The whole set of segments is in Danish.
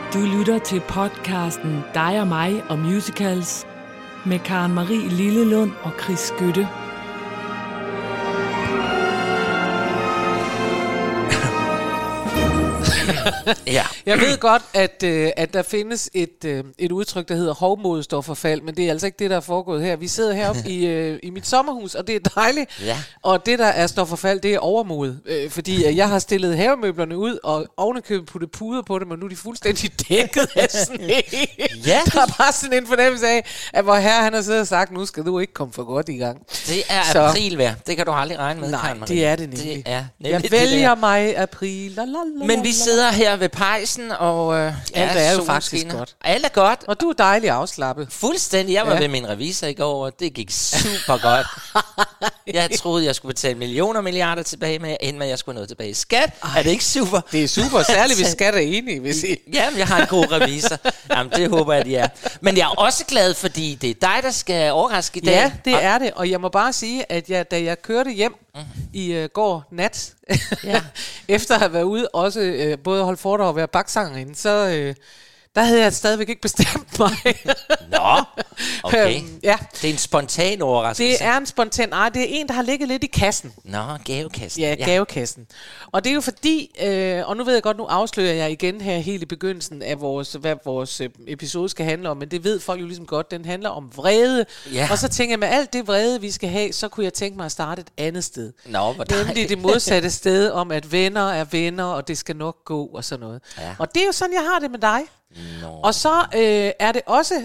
Du lytter til podcasten Dig og mig og musicals med Karen Marie Lillelund og Chris Skytte. Ja. Jeg ved godt, at der findes et udtryk, der hedder hovmod står for fald, men det er altså ikke det, der er foregået her. Vi sidder heroppe i mit sommerhus, og det er dejligt. Ja. Og det, der er står for fald, det er overmod. Fordi jeg har stillet havemøblerne ud, og ovenikøbet puttet puder på dem, og nu er de fuldstændig dækket af sne. Ja. Der er bare sådan en fornemmelse af, at hvor herre han har siddet og sagt, nu skal du ikke komme for godt i gang. Det er Så. Aprilvejr. Det kan du aldrig regne med, Nej, Karen Marie. det er det nemlig. Det er Jeg vælger mig april. Men vi sidder her ved pejsen, og alt er jo faktisk solskinner. godt. Alt er godt. Og du er dejlig afslappet. Fuldstændig. Jeg var Ja. ved min revisor i går, og det gik super godt. Jeg troede, jeg skulle betale millioner og milliarder tilbage, men jeg endte med, at jeg skulle noget tilbage i skat. Er det ikke super? Det er super, særligt hvis skat er enige, hvis I... Jamen, jeg har en god revisor. Jamen, det håber jeg, de er. Men jeg er også glad, fordi det er dig, der skal overraske i dag. Ja, det er det, og jeg må bare sige, at da jeg kørte hjem i går nat, Ja. efter at have været ude, også både at holde foredrag og være baksangerinde, så der havde jeg stadigvæk ikke bestemt mig. Nå, okay. Ja, Det er en spontan overraskelse. det er en spontan... Nej, det er en, der har ligget lidt i kassen. Nå, gavekassen. Ja, gavekassen. Og det er jo fordi, og nu ved jeg godt, nu afslører jeg igen her helt i begyndelsen af hvad vores episode skal handle om, men det ved folk jo ligesom godt, den handler om vrede. Ja. Og så tænker jeg, med alt det vrede, vi skal have, så kunne jeg tænke mig at starte et andet sted. Nå, hvor dejligt. Nemlig det modsatte sted om, at venner er venner, og det skal nok gå og sådan noget. Ja. Og det er jo sådan, jeg har det med dig. Nå. Og så er det også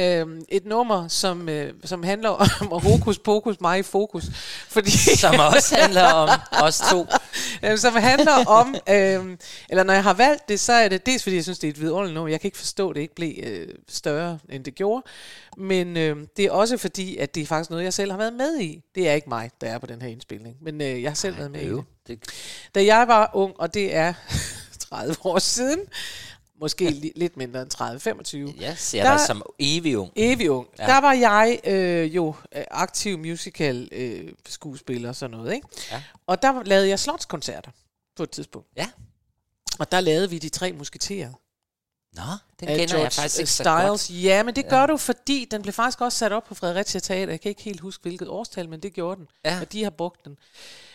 et nummer, som handler om hokus pokus, mig i fokus. Fordi Som også handler om os to. som handler om, eller når jeg har valgt det, så er det dels fordi jeg synes, det er et vidunderligt nummer. Jeg kan ikke forstå, at det ikke blev større, end det gjorde. Men det er også fordi, at det er faktisk noget, jeg selv har været med i. Det er ikke mig, der er på den her indspilning, men jeg har selv været med i det. Da jeg var ung, og det er 30 år siden, måske lidt mindre end 30-25. Jeg ser dig som evig ung. Evig ung. Ja. Der var jeg aktiv musical skuespiller og sådan noget, ikke? Ja. Og der lavede jeg slotskoncerter på et tidspunkt. Ja. Og der lavede vi De Tre Musketerer. Nå, den Af kender George jeg faktisk ikke så godt. Styles. Ja, men det gør du, fordi den blev faktisk også sat op på Fredericia Teater. Jeg kan ikke helt huske, hvilket årstal, men det gjorde den. Ja. Og de har brugt den.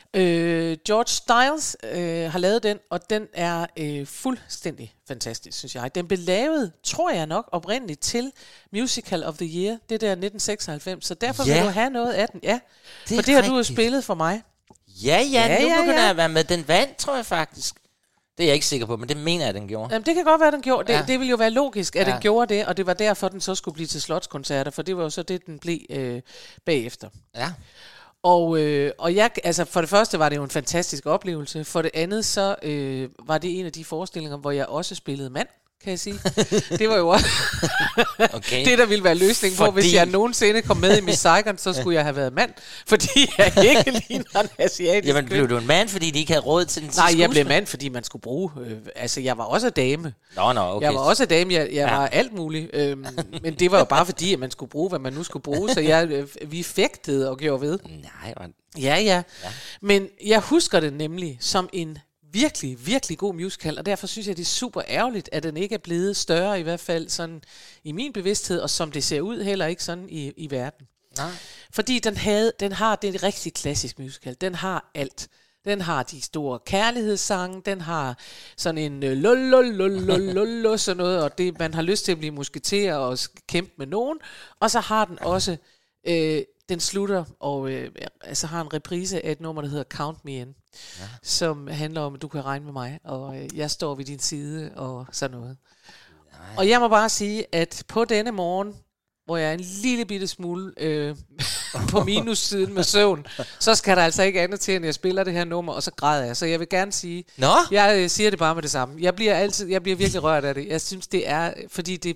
George Styles har lavet den, og den er fuldstændig fantastisk, synes jeg. Den blev lavet, tror jeg nok, oprindeligt til Musical of the Year. Det der 1996, så derfor vil du have noget af den. Ja, Det for det har du jo spillet for mig. Ja, nu begynder jeg at være med. Den vandt, tror jeg faktisk. Det er jeg ikke sikker på, men det mener jeg, den gjorde. Jamen, det kan godt være, den gjorde. Ja. Det ville jo være logisk, at den gjorde det, og det var derfor, den så skulle blive til slotskoncerter, for det var jo så det, den blev bagefter. Ja. Og jeg, altså for det første var det jo en fantastisk oplevelse. For det andet så var det en af de forestillinger, hvor jeg også spillede mand, kan jeg sige. Det var jo også Okay. det, der ville være løsningen på, hvis jeg nogensinde kom med i Miss Saigon, så skulle jeg have været mand, fordi jeg ikke ligner en asiatisk. Jamen, blev du en mand, fordi de ikke havde råd til den? Nej, jeg blev mand, fordi man skulle bruge... altså, jeg var også dame. Nå, okay. Jeg var også dame, jeg var alt muligt. Men det var jo bare fordi, at man skulle bruge, hvad man nu skulle bruge. Så vi fægtede og gjorde ved. Nej, Ja. Men jeg husker det nemlig som en virkelig, virkelig god musical, og derfor synes jeg, det er super ærgerligt, at den ikke er blevet større, i hvert fald sådan i min bevidsthed, og som det ser ud heller ikke sådan i verden. Nej. Fordi den har det er rigtig klassisk musical. Den har alt. Den har de store kærlighedssange, den har sådan en lulululululul, sådan noget, og det, man har lyst til at blive musketer og kæmpe med nogen. Og så har den også, den slutter, og altså har en reprise af et nummer, der hedder Count Me In, som handler om, at du kan regne med mig, og jeg står ved din side, og sådan noget. Og jeg må bare sige, at på denne morgen, hvor jeg er en lille bitte smule på minussiden med søvn, så skal der altså ikke andet til, end jeg spiller det her nummer, og så græder jeg. Så jeg vil gerne sige, jeg siger det bare med det samme. Jeg bliver virkelig rørt af det. Jeg synes, det er, fordi det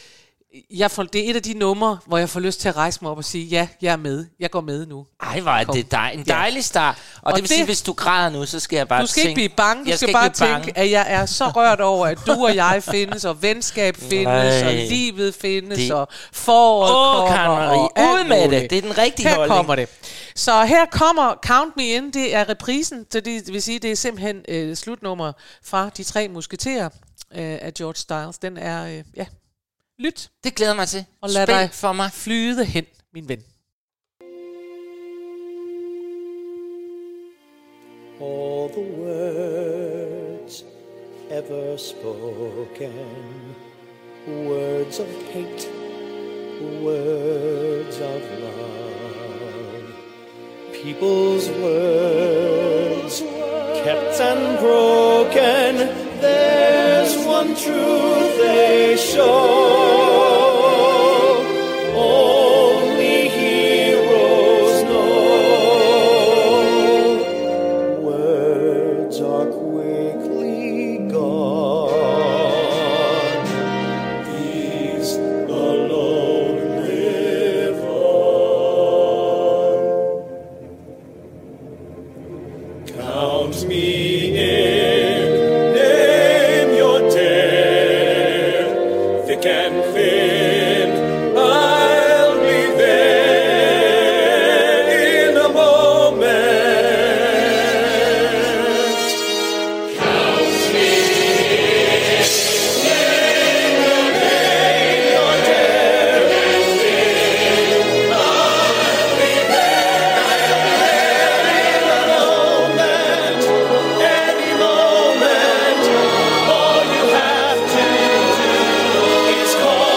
er et af de numre, hvor jeg får lyst til at rejse mig op og sige, ja, jeg er med. Jeg går med nu. Ej, hvor er det en dejlig start. Og det vil sige, hvis du græder nu, så skal jeg bare tænke... Du skal ikke blive bange. Du skal bare tænke, at jeg er så rørt over, at du og jeg findes, og venskab findes, og livet findes, og foråret kommer. Karen Marie, ud med det. Det er den rigtige holdning. Her kommer det. Så her kommer Count Me In. Det er reprisen, så det vil sige, det er simpelthen slutnummer fra De Tre Musketerer af George Styles. Den er, lyt. Det glæder mig til. Og lad Spil dig for mig. flyde hen, min ven. All the words ever spoken, words of hate, words of love, people's words kept and broken, there's one truth they show. Only heroes know. Words are quickly gone. These alone live on. Count me in, name your dare, thick and thin, I'll be there in a moment. Count me in, name your dare, I'll be there in a moment, any moment. All you have to do is call.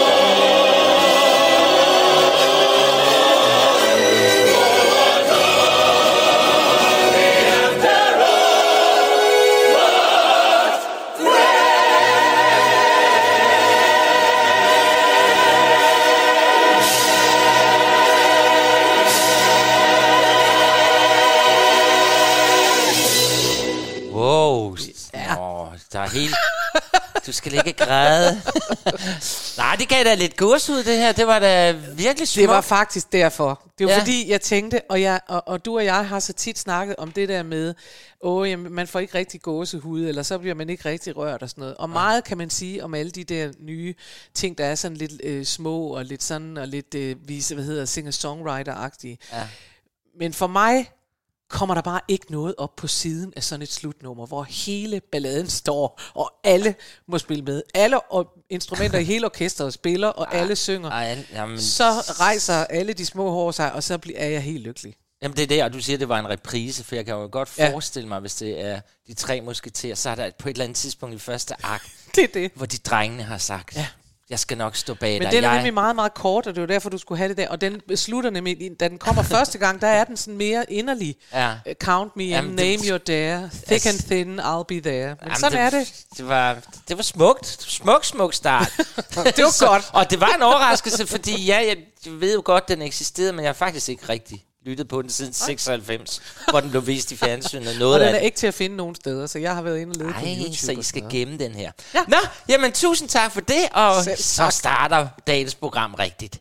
Wow. Der er helt... Du skal ikke græde. Nej, det gav da lidt gåsehud, det her. Det var da virkelig smukt. Det var faktisk derfor. Det var Ja. fordi, jeg tænkte, og du og jeg har så tit snakket om det der med, jamen, man får ikke rigtig gåsehud, eller så bliver man ikke rigtig rørt og sådan noget. Og meget kan man sige om alle de der nye ting, der er sådan lidt små, og lidt sådan, og lidt singer-songwriter-agtige. Ja. Men for mig kommer der bare ikke noget op på siden af sådan et slutnummer, hvor hele balladen står, og alle må spille med. Alle instrumenter i hele orkestret spiller, og alle synger. Jamen, Så rejser alle de små hår sig, og så er jeg helt lykkelig. Jamen det er det, og du siger, det var en reprise, for jeg kan jo godt forestille mig, hvis det er De Tre Musketerer, så er der på et eller andet tidspunkt i første akt, Det er det. hvor de drengene har sagt, jeg skal nok stå bag dig. Men den er nemlig meget, meget kort, og det er jo derfor, du skulle have det der. Og den slutter nemlig, da den kommer første gang, der er den sådan mere inderlig. Ja. Count me in, name your dare, thick and thin, I'll be there. Men sådan er det. Det var smukt. Smuk start. Det var godt. Og det var en overraskelse, fordi jeg ved jo godt, den eksisterede, men jeg har faktisk ikke rigtig lyttet på den siden 96, hvor den blev vist i fjernsynet. Noget Og den er af ikke til at finde nogen steder, så jeg har været inde og lede på YouTube. så I skal gemme den her. Ja. Nå, jamen tusind tak for det, og Selv så tak. starter dagens program rigtigt.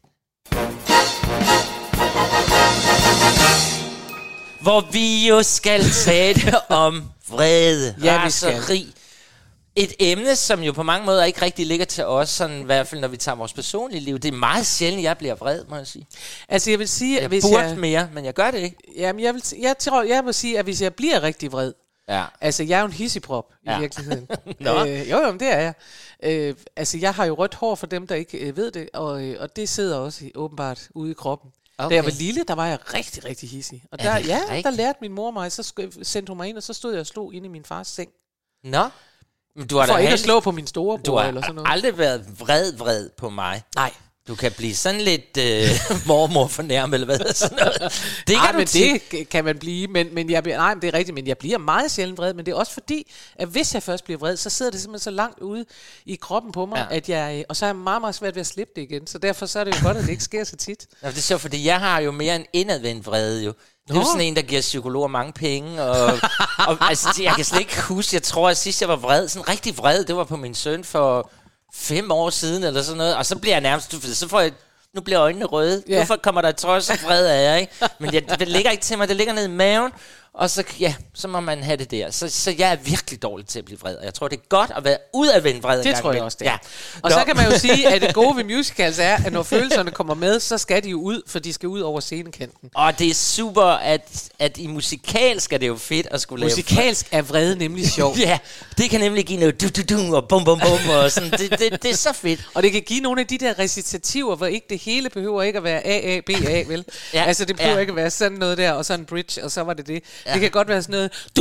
Hvor vi jo skal tale om vrede, Ja, vi skal. raseri. Et emne, som jo på mange måder ikke rigtig ligger til os, sådan i hvert fald når vi tager vores personlige liv. Det er meget sjældent, jeg bliver vred, må jeg sige. Altså jeg vil sige, at Jeg hvis burde mere, men jeg gør det ikke. Jamen, jeg tror, jeg må sige, at hvis jeg bliver rigtig vred, Ja. altså jeg er jo en hissigprop Ja. i virkeligheden. Nå. Jo, men det er jeg. Altså jeg har jo rødt hår for dem, der ikke ved det, og det sidder også åbenbart ude i kroppen. Okay. Da jeg var lille, der var jeg rigtig, rigtig hissig. Og Er der, det der rigtigt? lærte min mor mig, så sendte hun mig ind, og så stod jeg og slog inde i min fars seng. Nå, men du har For da ikke at heldig- slå på min Du storebror eller sådan har noget. aldrig været vred på mig. Nej. Du kan blive sådan lidt mormor fornærmet, eller hvad sådan noget. Det Ej, kan du men tit. det kan man blive, men jeg bliver, nej, men det er rigtigt, men jeg bliver meget sjældent vred, men det er også fordi, at hvis jeg først bliver vred, så sidder det simpelthen så langt ude i kroppen på mig, Ja. at jeg, og så er jeg meget, meget svært ved at slippe det igen, så derfor så er det jo godt, at det ikke sker så tit. Nå, det er så, fordi jeg har jo mere en indadvendt vrede jo. Det er jo Nå. sådan en, der giver psykologer mange penge, og altså, jeg kan slet ikke huske, jeg tror, at sidst jeg var vred, sådan rigtig vred, det var på min søn for 5 år siden, eller sådan noget, og så bliver jeg nærmest, så får jeg, nu bliver øjnene røde, Ja. nu kommer der trods vred af jer, ikke? Men det ligger ikke til mig, det ligger nede i maven, Og så må man have det der. Så jeg er virkelig dårlig til at blive vred. Og jeg tror, det er godt at være udadvendt vred. Det tror jeg også, det er. Ja. Og så kan man jo sige, at det gode ved musicals er, at når følelserne kommer med, så skal de jo ud, for de skal ud over scenekanten. Og det er super, at i musikalsk er det jo fedt at skulle lave... Musikalsk er vrede nemlig sjov. Ja, det kan nemlig give noget du og bum bum bum og sådan. Det er så fedt. Og det kan give nogle af de der recitativer, hvor ikke det hele behøver ikke at være A, A, B, A, vel? Ja. Altså det behøver ikke at være sådan noget der, og så en bridge, og så var det det. Ja. Det kan godt være sådan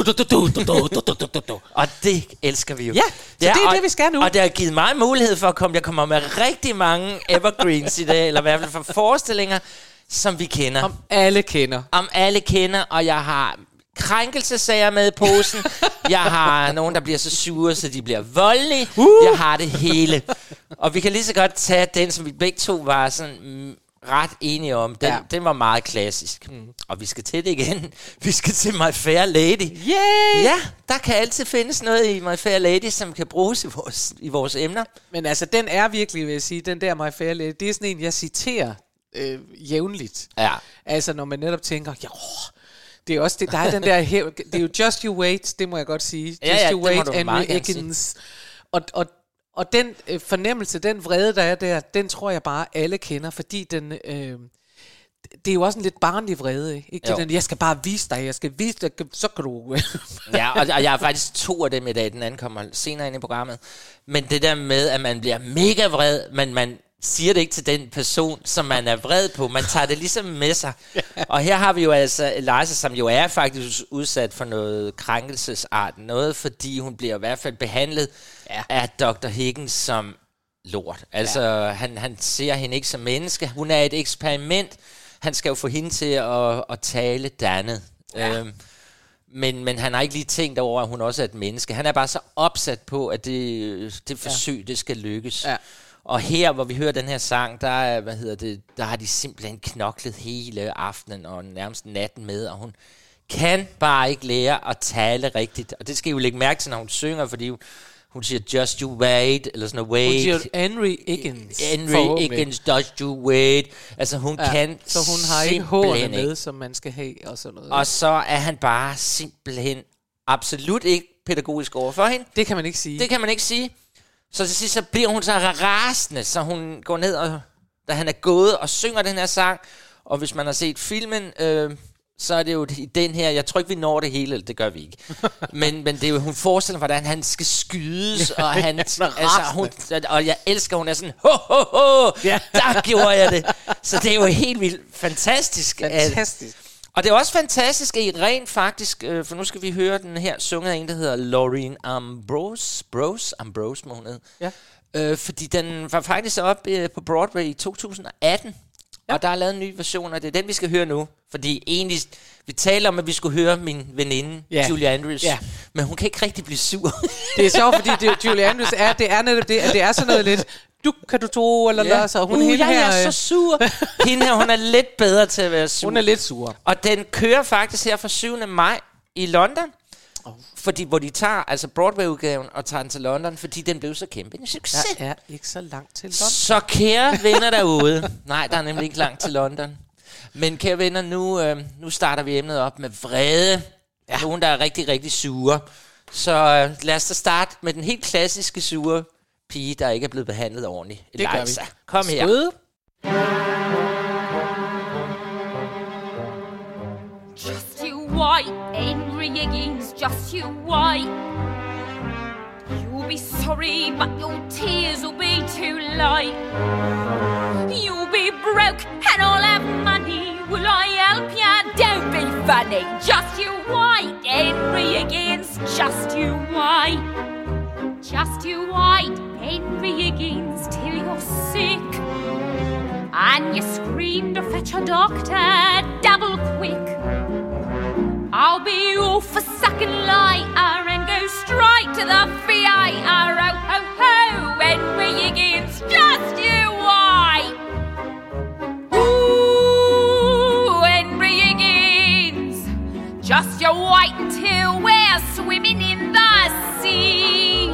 noget og det elsker vi jo. Ja, så det er det, vi skal nu. Og det har givet mig mulighed for at komme. Jeg kommer med rigtig mange evergreens i dag, eller i hvert fald for forestillinger, som vi kender. Om alle kender, og jeg har krænkelsesager med i posen. Jeg har nogen, der bliver så sure, så de bliver voldelige. Jeg har det hele. Og vi kan lige så godt tage den, som vi begge to var sådan... ret enige om. Den var meget klassisk. Og vi skal til det igen. Vi skal til My Fair Lady. Yay! Ja, der kan altid findes noget i My Fair Lady, som kan bruges i vores emner. Men altså, den er virkelig, vil jeg sige, den der My Fair Lady, det er sådan en, jeg citerer jævnligt. Ja. Altså, når man netop tænker, det er også det, der er den der, det er jo Just You Wait, det må jeg godt sige. Just You Wait, Henry Higgins. Og den fornemmelse, den vrede, der er der, den tror jeg bare, alle kender, fordi den... det er jo også en lidt barnlig vrede, ikke? Den, jeg skal bare vise dig, så kan du... Ja, og jeg har faktisk 2 af dem i dag, den anden kommer senere ind i programmet. Men det der med, at man bliver mega vred, men man siger det ikke til den person, som man er vred på. Man tager det ligesom med sig. Og her har vi jo altså Eliza, som jo er faktisk udsat for noget krænkelsesart. Noget, fordi hun bliver i hvert fald behandlet af Dr. Higgins som lort. Altså, han ser hende ikke som menneske. Hun er et eksperiment. Han skal jo få hende til at tale dannet. Ja. Men han har ikke lige tænkt over, at hun også er et menneske. Han er bare så opsat på, at det forsøg, det skal lykkes. Ja. Og her, hvor vi hører den her sang, der har de simpelthen knoklet hele aftenen og nærmest natten med, og hun kan bare ikke lære at tale rigtigt. Og det skal I jo lægge mærke til, når hun synger, fordi hun siger, just you wait, eller sådan noget, wait. Hun siger, Henry Higgins. Henry Higgins, just you wait. Altså hun kan så hun har ikke hårene med, som man skal have, og sådan noget. Og så er han bare simpelthen absolut ikke pædagogisk over for hende. Det kan man ikke sige. Så til sidst, så bliver hun så rasende, så hun går ned, og da han er gået og synger den her sang, og hvis man har set filmen, så er det jo i den her, jeg tror ikke, vi når det hele, det gør vi ikke. men det er jo, hun forestiller, hvordan han skal skydes, og han, og jeg elsker, hun er sådan, der gjorde jeg det. Så det er jo helt vildt fantastisk. Og det er også fantastisk, at rent faktisk, for nu skal vi høre den her sunget af en, der hedder Lauren Ambrose må hun hedde. Ja. Fordi den var faktisk op på Broadway i 2018, og der er lavet en ny version, og det er den, vi skal høre nu. Fordi egentlig, vi taler om, at vi skulle høre min veninde, Julie Andrews, men hun kan ikke rigtig blive sur. Det er sjovt, fordi Julie Andrews det er netop det, at det er sådan noget lidt... kan du tro, eller lad så hun jeg er så sur. Hende her, hun er lidt bedre til at være sur. Hun er lidt sur. Og den kører faktisk her fra 7. maj i London. Fordi, hvor de tager altså Broadway-udgaven og tager den til London, fordi den blev så kæmpe en succes. Der er ikke så langt til London. Så kære venner derude. Nej, der er nemlig ikke langt til London. Men kære venner, nu starter vi emnet op med vrede. Nogen, der er rigtig, rigtig sure. Så lad os da starte med den helt klassiske sure pige, der ikke er blevet behandlet ordentligt. Det gør vi. Kom her. Skud. Just you white, Henry Higgins, just you white. You'll be sorry, but your tears will be too light. You'll be broke and I'll have money. Will I help ya? Don't be funny. Just you white, Henry Higgins, just you white. Just you white, Henry Higgins, till you're sick. And you scream to fetch a doctor double quick. I'll be off for second lighter and go straight to the theatre. Oh, ho, ho, Henry Higgins, just you white. Ooh, Henry Higgins, just you white until we're swimming in the sea.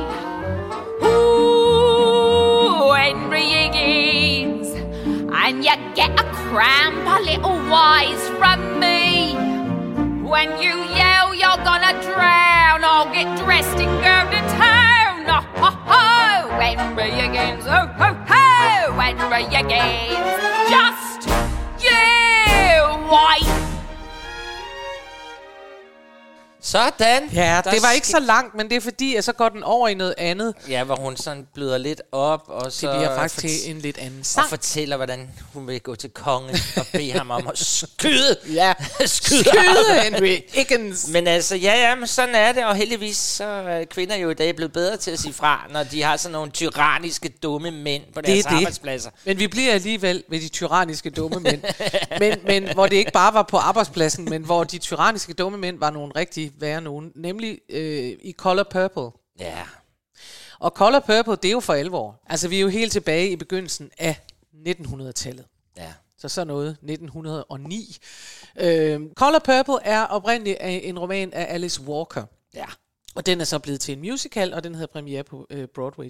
Ooh, Henry Higgins, and you get a cramp a little wise from me. When you yell, you're gonna drown. I'll get dressed and go to town. Oh, ho, ho. When begins, oh, ho, ho. When begins, just you, wife. Sådan. Ja, Der det var ikke så langt, men det er fordi, at så går den over i noget andet. Ja, hvor hun sådan bløder lidt op, og så... Det bliver faktisk til en lidt anden og sang. fortæller, hvordan hun vil gå til kongen og bede ham om at skyde. Ja, skyde Henry Higgins. Men altså, men sådan er det, og heldigvis så er kvinder jo i dag blevet bedre til at sige fra, når de har sådan nogle tyranniske, dumme mænd på deres arbejdspladser. Men vi bliver alligevel ved de tyranniske dumme mænd. men hvor det ikke bare var på arbejdspladsen, men hvor de tyranniske dumme mænd var nogle rigtig værre nogen. Nemlig i Color Purple. Ja. Og Color Purple, det er jo for alvor. Altså, vi er jo helt tilbage i begyndelsen af 1900-tallet. Ja. Så sådan noget 1909. Color Purple er oprindeligt en roman af Alice Walker. Ja. Og den er så blevet til en musical, og den havde premiere på Broadway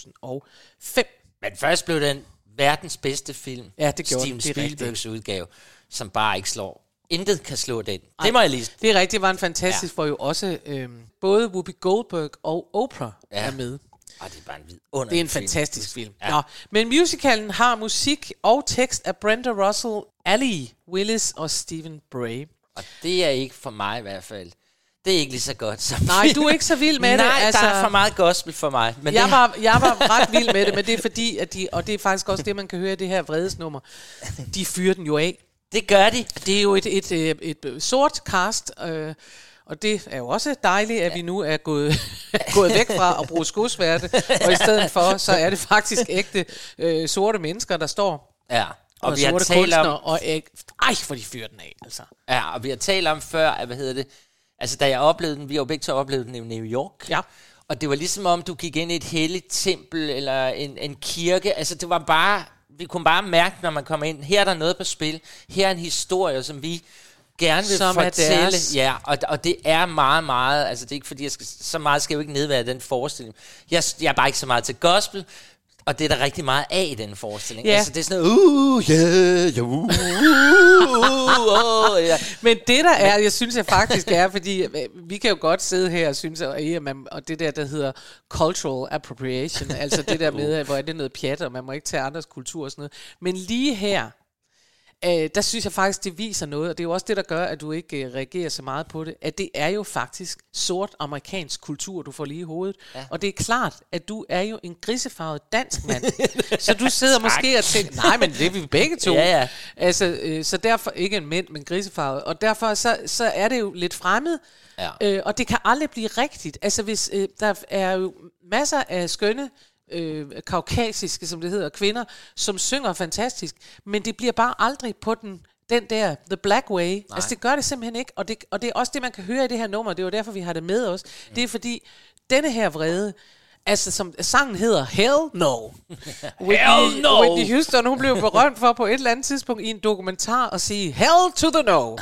2005. Men først blev den verdens bedste film. Ja, det gjorde Steven den. Det er Spielbergs udgave, som bare ikke slår. Intet kan slå den. Det må jeg lige... Det er rigtigt, det var en fantastisk, hvor jo også både Whoopi Goldberg og Oprah er med. Og det er bare en vidunderlig Det er en film. fantastisk film. Ja. Nå, men musicalen har musik og tekst af Brenda Russell, Ali Willis og Stephen Bray. Og det er ikke for mig i hvert fald. Det er ikke lige så godt som Nej, du er ikke så vild med det. Nej, der er for meget gospel for mig. Men jeg var ret vild med det, men det er fordi, at og det er faktisk også det, man kan høre i det her vredesnummer, de fyrer den jo af. Det gør de. Det er jo et sort cast, og det er jo også dejligt, at vi nu er gået væk fra at bruge skudsværte, og i stedet for, så er det faktisk ægte sorte mennesker, der står. Ja. Og vi har sorte talt kunstnere, om... og hvor de fyrer den af, altså. Ja, og vi har talt om før, at, altså da jeg oplevede den, vi har jo begge to oplevet den i New York. Ja. Og det var ligesom om, du gik ind i et helligt tempel, eller en kirke. Altså det var bare... Vi kunne bare mærke, når man kommer ind, her er der noget på spil. Her er en historie, som vi gerne vil som fortælle. Ja, og det er meget, meget... Altså det er ikke fordi, så meget skal jeg jo ikke nedvære den forestilling. Jeg er bare ikke så meget til gospel, og det er der rigtig meget af i den forestilling. Ja. Altså det er sådan noget... Men det der er, jeg synes jeg faktisk er, fordi vi kan jo godt sidde her og synes, og det der hedder cultural appropriation, altså det der med, hvor er det noget pjat, og man må ikke tage andres kultur og sådan noget. Men lige her, der synes jeg faktisk, det viser noget, og det er jo også det, der gør, at du ikke reagerer så meget på det, at det er jo faktisk sort amerikansk kultur, du får lige i hovedet. Ja. Og det er klart, at du er jo en grisefarvet dansk mand, så du sidder måske og tænker, nej, men det er vi begge to. Ja. Altså, så derfor ikke en mænd, men grisefarvet. Og derfor så er det jo lidt fremmed, og det kan aldrig blive rigtigt. Altså, hvis der er jo masser af skønne, kaukasiske, som det hedder, kvinder, som synger fantastisk, men det bliver bare aldrig på den der, the black way. Nej. Altså det gør det simpelthen ikke, og det er også det, man kan høre i det her nummer, det er jo derfor, vi har det med os. Det er fordi, denne her vrede, altså som sangen hedder Hell No. Hell No! Whitney Houston, hun blev berømt for på et eller andet tidspunkt i en dokumentar at sige Hell to the No.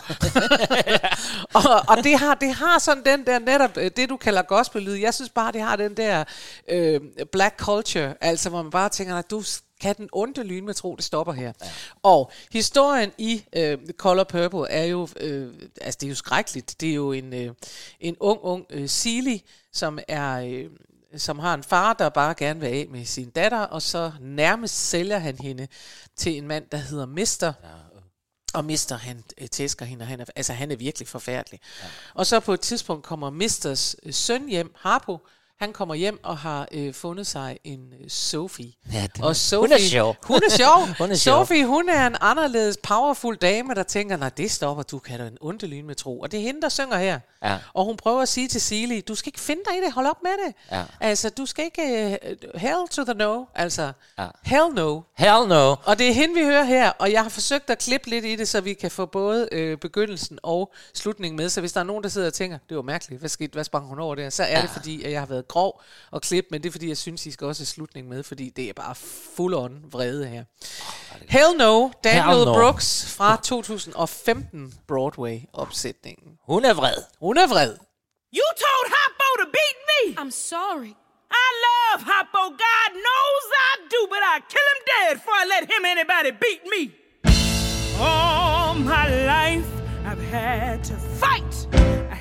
og det har sådan den der netop, det du kalder gospel-lyd, jeg synes bare, det har den der black culture, altså hvor man bare tænker, at du kan den onde lynmetro, det stopper her. Ja. Og historien i Color Purple er jo, altså det er jo skrækkeligt, det er jo en ung Celie, som har en far, der bare gerne vil af med sin datter, og så nærmest sælger han hende til en mand, der hedder Mister. Ja. Og Mister, han tæsker hende, og han er virkelig forfærdelig. Ja. Og så på et tidspunkt kommer Misters søn hjem, Harpo. Han kommer hjem og har fundet sig en Sophie. Ja, og Sophie, hun er sjov. Hun er sjov. Sophie, hun er en anderledes powerful dame, der tænker, nej, det stopper, du kan da en onde lyn med tro. Og det er hende, der synger her. Ja. Og hun prøver at sige til Celie, du skal ikke finde dig i det, hold op med det. Ja. Altså, du skal ikke hell to the no. Altså, hell no. Hell no. Og det er hende, vi hører her, og jeg har forsøgt at klippe lidt i det, så vi kan få både begyndelsen og slutningen med. Så hvis der er nogen, der sidder og tænker, det var mærkeligt, hvad sprang hun over der? Så er det fordi, at jeg har været grov og klip, men det er fordi, jeg synes, I skal også have slutningen med, fordi det er bare full on vrede her. Hell No, Daniel Brooks fra 2015 Broadway-opsætningen. Hun er vred. You told Hoppo to beat me. I'm sorry. I love Hoppo. God knows I do, but I kill him dead before I let anybody beat me. All my life I've had to fight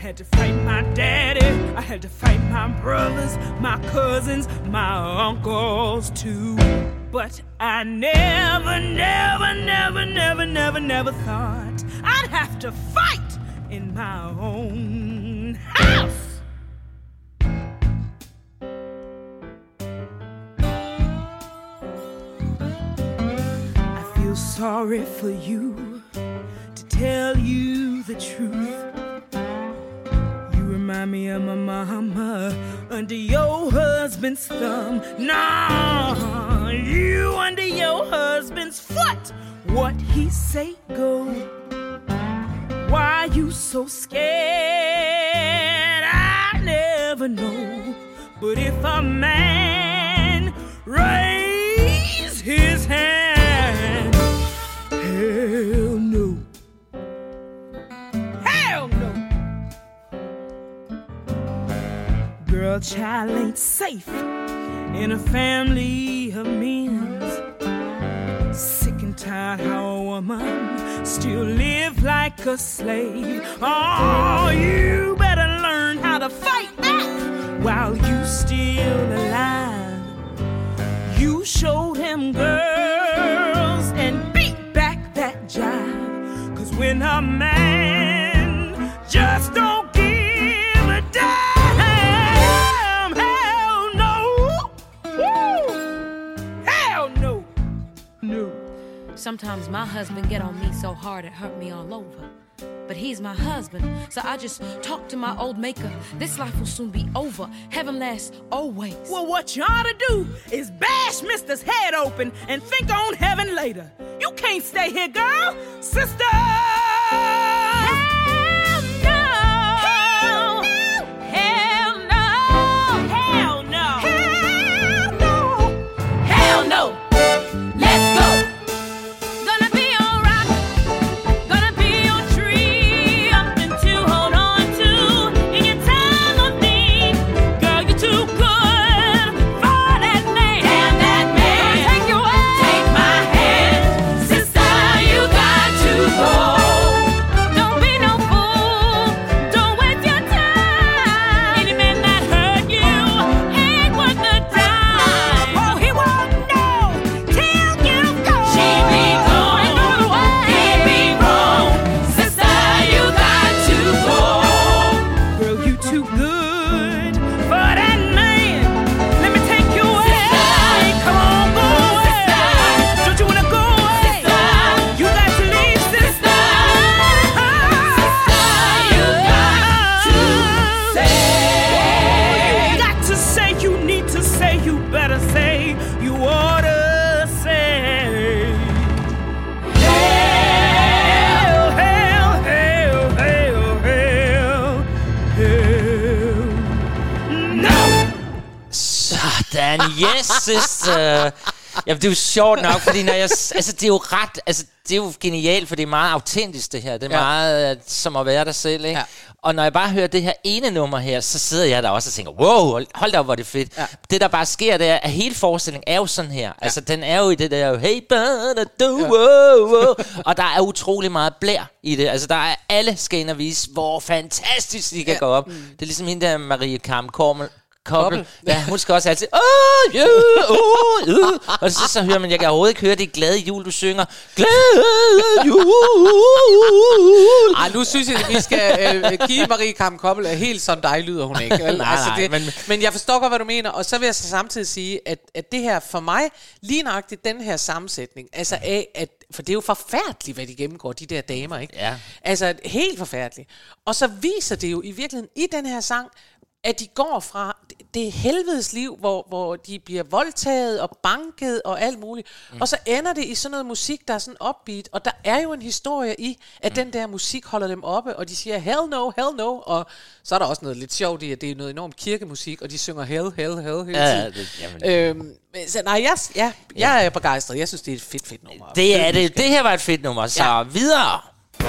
had to fight my daddy. I had to fight my brothers, my cousins, my uncles too. But I never thought I'd have to fight in my own house. I feel sorry for you, to tell you the truth. You remind me of my mama under your husband's thumb. Nah, you under your husband's foot. What he say go. Why you so scared? I never know. But if a man raise his hand, hell no. Hell no. Girl, child ain't safe in a family of men. Sick and tired how a woman still live like a slave. Oh, you better learn how to fight back while you still alive. You show them girls and beat back that jive. 'Cause when a man just don't give a damn, hell no. Woo! Hell no. No. Sometimes my husband get on me so hard it hurt me all over. But he's my husband, so I just talk to my old maker. This life will soon be over. Heaven lasts always. Well, what you ought to do is bash Mister's head open and think on heaven later. You can't stay here, girl. Sister! Hell no! Hell no! Hell no! Hell no! Hell no! Let's go! Gonna be alright. Gonna be your tree. Something to hold on to in your time of need. Girl, you're too good for that man. Damn that man. Take you away. Take my hand. Sister, you got to go. Don't be no fool. Don't waste your time. Any man that hurt you ain't worth the time. Oh, he won't know till you go. She be going away. He be wrong. Sister, you got to go. Girl, you too good for that man. Let me take you away. Come on, go away. Don't you wanna go away? You got to leave, sister. You got to say. You got to say. You need to say. You better say. You ought to say. Hell, hell, hell, hell, hell, hell. No! Sådan, yes, sister. Jamen, det er jo sjovt nok, fordi når jeg... Altså, det er jo ret... Altså, det er jo genialt, for det er meget autentisk, det her. Det er meget som at være dig selv, ikke? Ja. Og når jeg bare hører det her ene nummer her, så sidder jeg der også og tænker, wow, hold da op, hvor det fedt. Ja. Det, der bare sker, det er, at hele forestillingen er jo sådan her. Ja. Altså, den er jo i det der, hey, but do, wow, wow. Og der er utrolig meget blær i det. Altså, der er alle skal ind og vise, hvor fantastisk de kan gå op. Det er ligesom hende der, Marie Carmen Koppel. Ja, hun skal også altid og så hører man, jeg kan overhovedet ikke høre det glade jul, du synger. Glade jul. Ej, nu synes jeg, at vi skal give Marie Carmen Koppel helt sådan dig lyder hun ikke. Nej, men jeg forstår godt, hvad du mener. Og så vil jeg så samtidig sige, at det her for mig, lige nøjagtigt den her sammensætning, altså af, at, for det er jo forfærdeligt, hvad de gennemgår, de der damer, ikke? Ja. Altså helt forfærdeligt. Og så viser det jo i virkeligheden i den her sang, at de går fra det helvedes liv, hvor de bliver voldtaget og banket og alt muligt. Og så ender det i sådan noget musik, der er sådan upbeat. Og der er jo en historie i, at den der musik holder dem oppe, og de siger hell no, hell no. Og så er der også noget lidt sjovt i, at det er noget enormt kirkemusik, og de synger hell, hell, hell hele tiden. Så nej, jeg er begejstret. Jeg synes, det er et fedt nummer. Det er det. Det her var et fedt nummer. Så videre.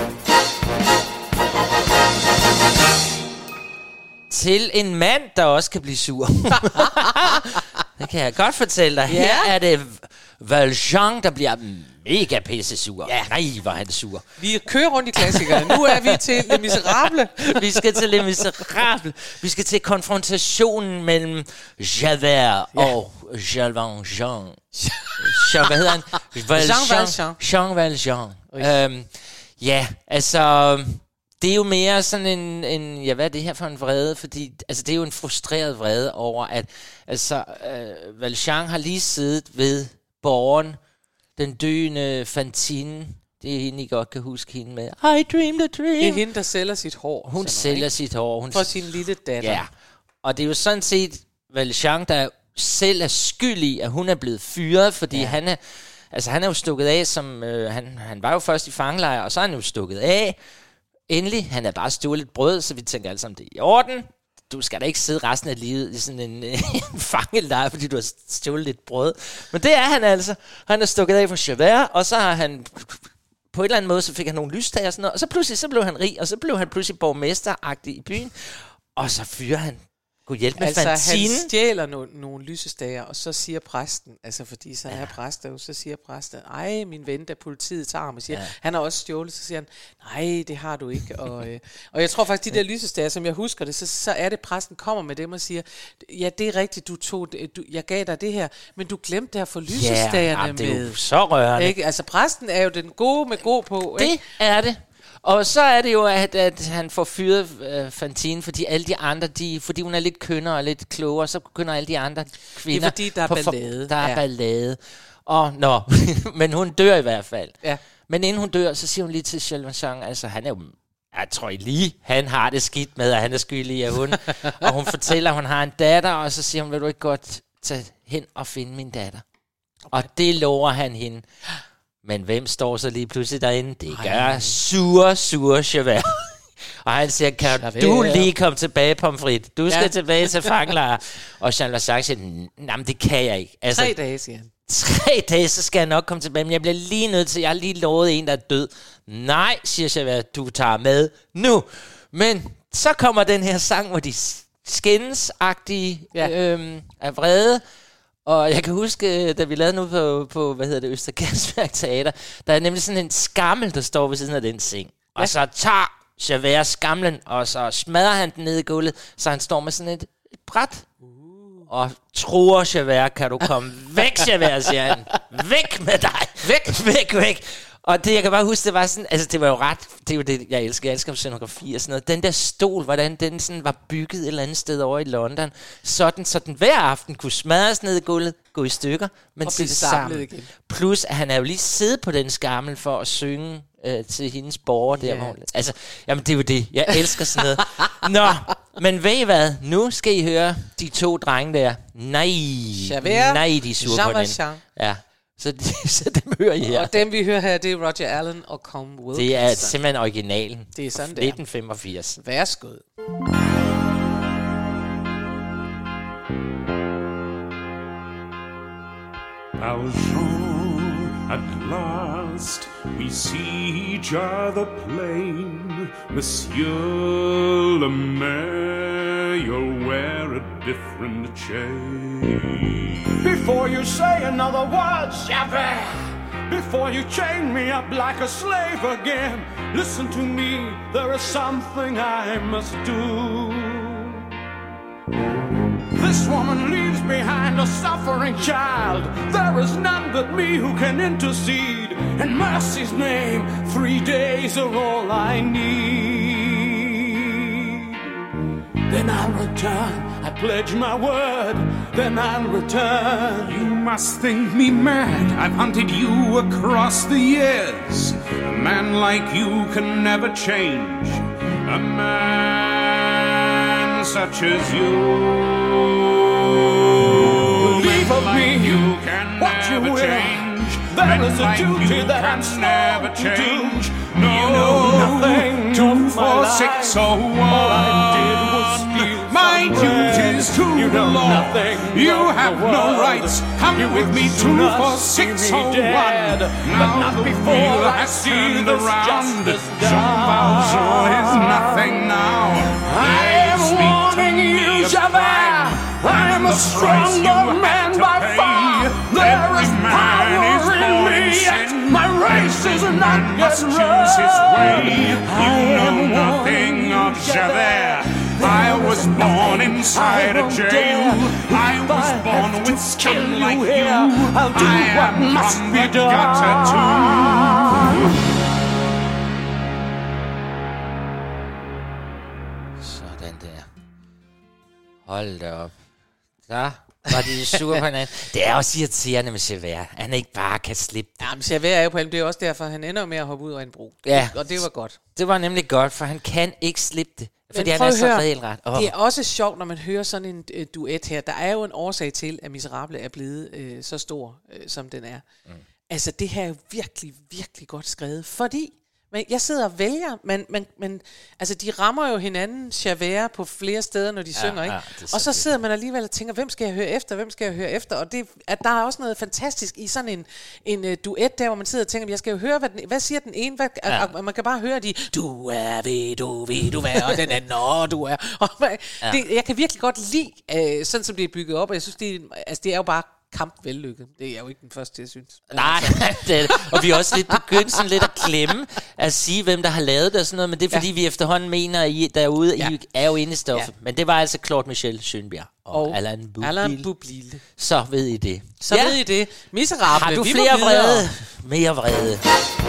Til en mand, der også kan blive sur. Det kan jeg godt fortælle dig. Her er det Valjean, der bliver mega pisse sur. Ja. Nej, hvor er han sur. Vi kører rundt i klassikerne. Nu er vi til Les Miserables. Vi skal til Les Miserables. Vi skal til konfrontationen mellem Javert og Jean Valjean. Hvad hedder han? Jean Valjean. Ja, altså... Det er jo mere sådan en hvad er det her for en vrede? Fordi altså, det er jo en frustreret vrede over, at altså, Valjean har lige siddet ved borgen, den døende Fantine. Det er hende, I godt kan huske hende med. I dreamed a dream. Det er hende, der sælger sit hår. Hun sælger sit hår. For sin lille datter. Ja, og det er jo sådan set Valjean, der selv er skyld i, at hun er blevet fyret, fordi han er jo stukket af, som han var jo først i fangelejr, og så er han jo stukket af. Endelig, han er bare stjålet lidt brød, så vi tænker alle sammen, det er i orden. Du skal da ikke sidde resten af livet i sådan en fangelejr, fordi du har stjålet lidt brød. Men det er han altså. Han er stukket af fra Javert, og så har han på en eller anden måde, så fik han nogle lysstager og sådan noget, og så pludselig så blev han rig, og så blev han pludselig borgmesteragtig i byen, og så fyrer han kunne hjælpe med Fantine. Han stjæler nogle lysestager, og så siger præsten, altså fordi så er præster jo, så siger præsten, ej, min ven, da politiet tager ham og siger, han har også stjålet, så siger han, nej, det har du ikke. Og jeg tror faktisk, de der lysestager, som jeg husker det, så er det, præsten kommer med dem og siger, ja, det er rigtigt, jeg gav dig det her, men du glemte det her for lysestagerne med. Det er jo så rørende. Ikke? Altså præsten er jo den gode med god på. Det ikke? Er det. Og så er det jo, at han får fyret Fantine, fordi alle de andre, fordi hun er lidt kønnere og lidt klogere, så begynder alle de andre kvinder... Det er fordi, der er ballade. Der er ballade. Men hun dør i hvert fald. Ja. Men inden hun dør, så siger hun lige til Jean Valjean, altså han er jo... Jeg tror lige, han har det skidt med, at han er skyldig af hun. Og hun fortæller, at hun har en datter, og så siger hun, vil du ikke godt tage hen og finde min datter? Okay. Og det lover han hende. Men hvem står så lige pludselig derinde? Det gør sure Javert. Og han siger, kan du lige komme tilbage, pomfrit? Du skal tilbage til fangelejr. Og Jean Valjean siger, nej, det kan jeg ikke. Altså, 3 dage, siger han. 3 dage, så skal jeg nok komme tilbage. Men jeg bliver lige nødt til, jeg har lige lovet en, der er død. Nej, siger Javert, du tager med nu. Men så kommer den her sang, hvor de skændes-agtige af vrede. Og jeg kan huske, da vi lavede nu på Østergasværk Teater, der er nemlig sådan en skammel, der står ved siden af den seng. Ja. Og så tager Javert skamlen, og så smadrer han den ned i gulvet, så han står med sådan et bræt. Og truer Javert, kan du komme væk, Javert, siger han. Væk med dig! Væk! Og det, jeg kan bare huske, det var sådan, altså det var jo ret, det er jo det, jeg elsker scenografi og sådan noget. Den der stol, hvordan den sådan var bygget et eller andet sted over i London, så den hver aften kunne smadres ned i gulvet, gå i stykker, men til sammen. Igen. Plus, at han er jo lige siddet på den skammel for at synge til hendes borger der. Hvor, altså, jamen det er jo det, jeg elsker sådan noget. Nå, men ved I hvad, nu skal I høre de 2 drenge der. Nej, de er sure på den. Ja. Så dem hører I her. Og dem vi hører her, det er Roger Allen og Colm Wilkinson. Det er simpelthen originalen. Det er sådan 1985. Værsgo. Valjean, at last we see each other plain. Monsieur le Maire, you'll wear a different chain. Before you say another word, Javert, before you chain me up like a slave again, listen to me, there is something I must do. This woman leaves behind a suffering child. There is none but me who can intercede. In mercy's name, 3 days are all I need. Then I'll return, I pledge my word. Then I'll return. You must think me mad, I've hunted you across the years. A man like you can never change. A man such as you. Believe of me, you can what you will. Change. There is a duty that I'm never change. No, you know nothing. 2, 4, 6, 01. All I did was steal. My duty's to the law. You have no rights. Come with me 2, 4, 6, 01. Now not before I see the round. Jean Valjean is nothing now. I am warning you, Javert. I am a stronger man by far. There is power in me, yet my face is not must getting choose his way. rough. You know nothing of Javert. I was born inside a jail. I was born with skin like you. I'll do what must be done. Gutter too. Sådan der. Hold da op. Så var de sure på hinanden. Det er også irriterende med Javert. Han ikke bare kan slippe det. Jamen, Javert er jo på det er også derfor, han ender med at hoppe ud af en bro. Ja. Og det var godt. Det var nemlig godt, for han kan ikke slippe det. Fordi Men han er så prøv at høre, regelret. Det er også sjovt, når man hører sådan en duet her. Der er jo en årsag til, at Miserable er blevet så stor, som den er. Mm. Altså, det her er jo virkelig, virkelig godt skrevet. Fordi jeg sidder og vælger, men altså, de rammer jo hinanden, Javert, på flere steder, når de synger, ikke? Og så sidder man alligevel og tænker, hvem skal jeg høre efter? Og det, at der er også noget fantastisk i sådan en duet der, hvor man sidder og tænker, jeg skal jo høre, hvad siger den ene? Og man kan bare høre de, du er ved, du ved, du er, og den anden, du er. Og jeg kan virkelig godt lide, sådan som det er bygget op, og jeg synes, det er jo bare kampvellykket. Det er jeg jo ikke den første til, jeg synes. Nej, og vi er også lidt begyndt sådan lidt at klemme at sige, hvem der har lavet det og sådan noget, men det er fordi, vi efterhånden mener, I derude, I er jo inde i stoffet. Men det var altså Claude Michel Schönberg og Alain Boublil. Så ved I det. Ved I det. Miserable. Har du flere vrede? Mere vrede.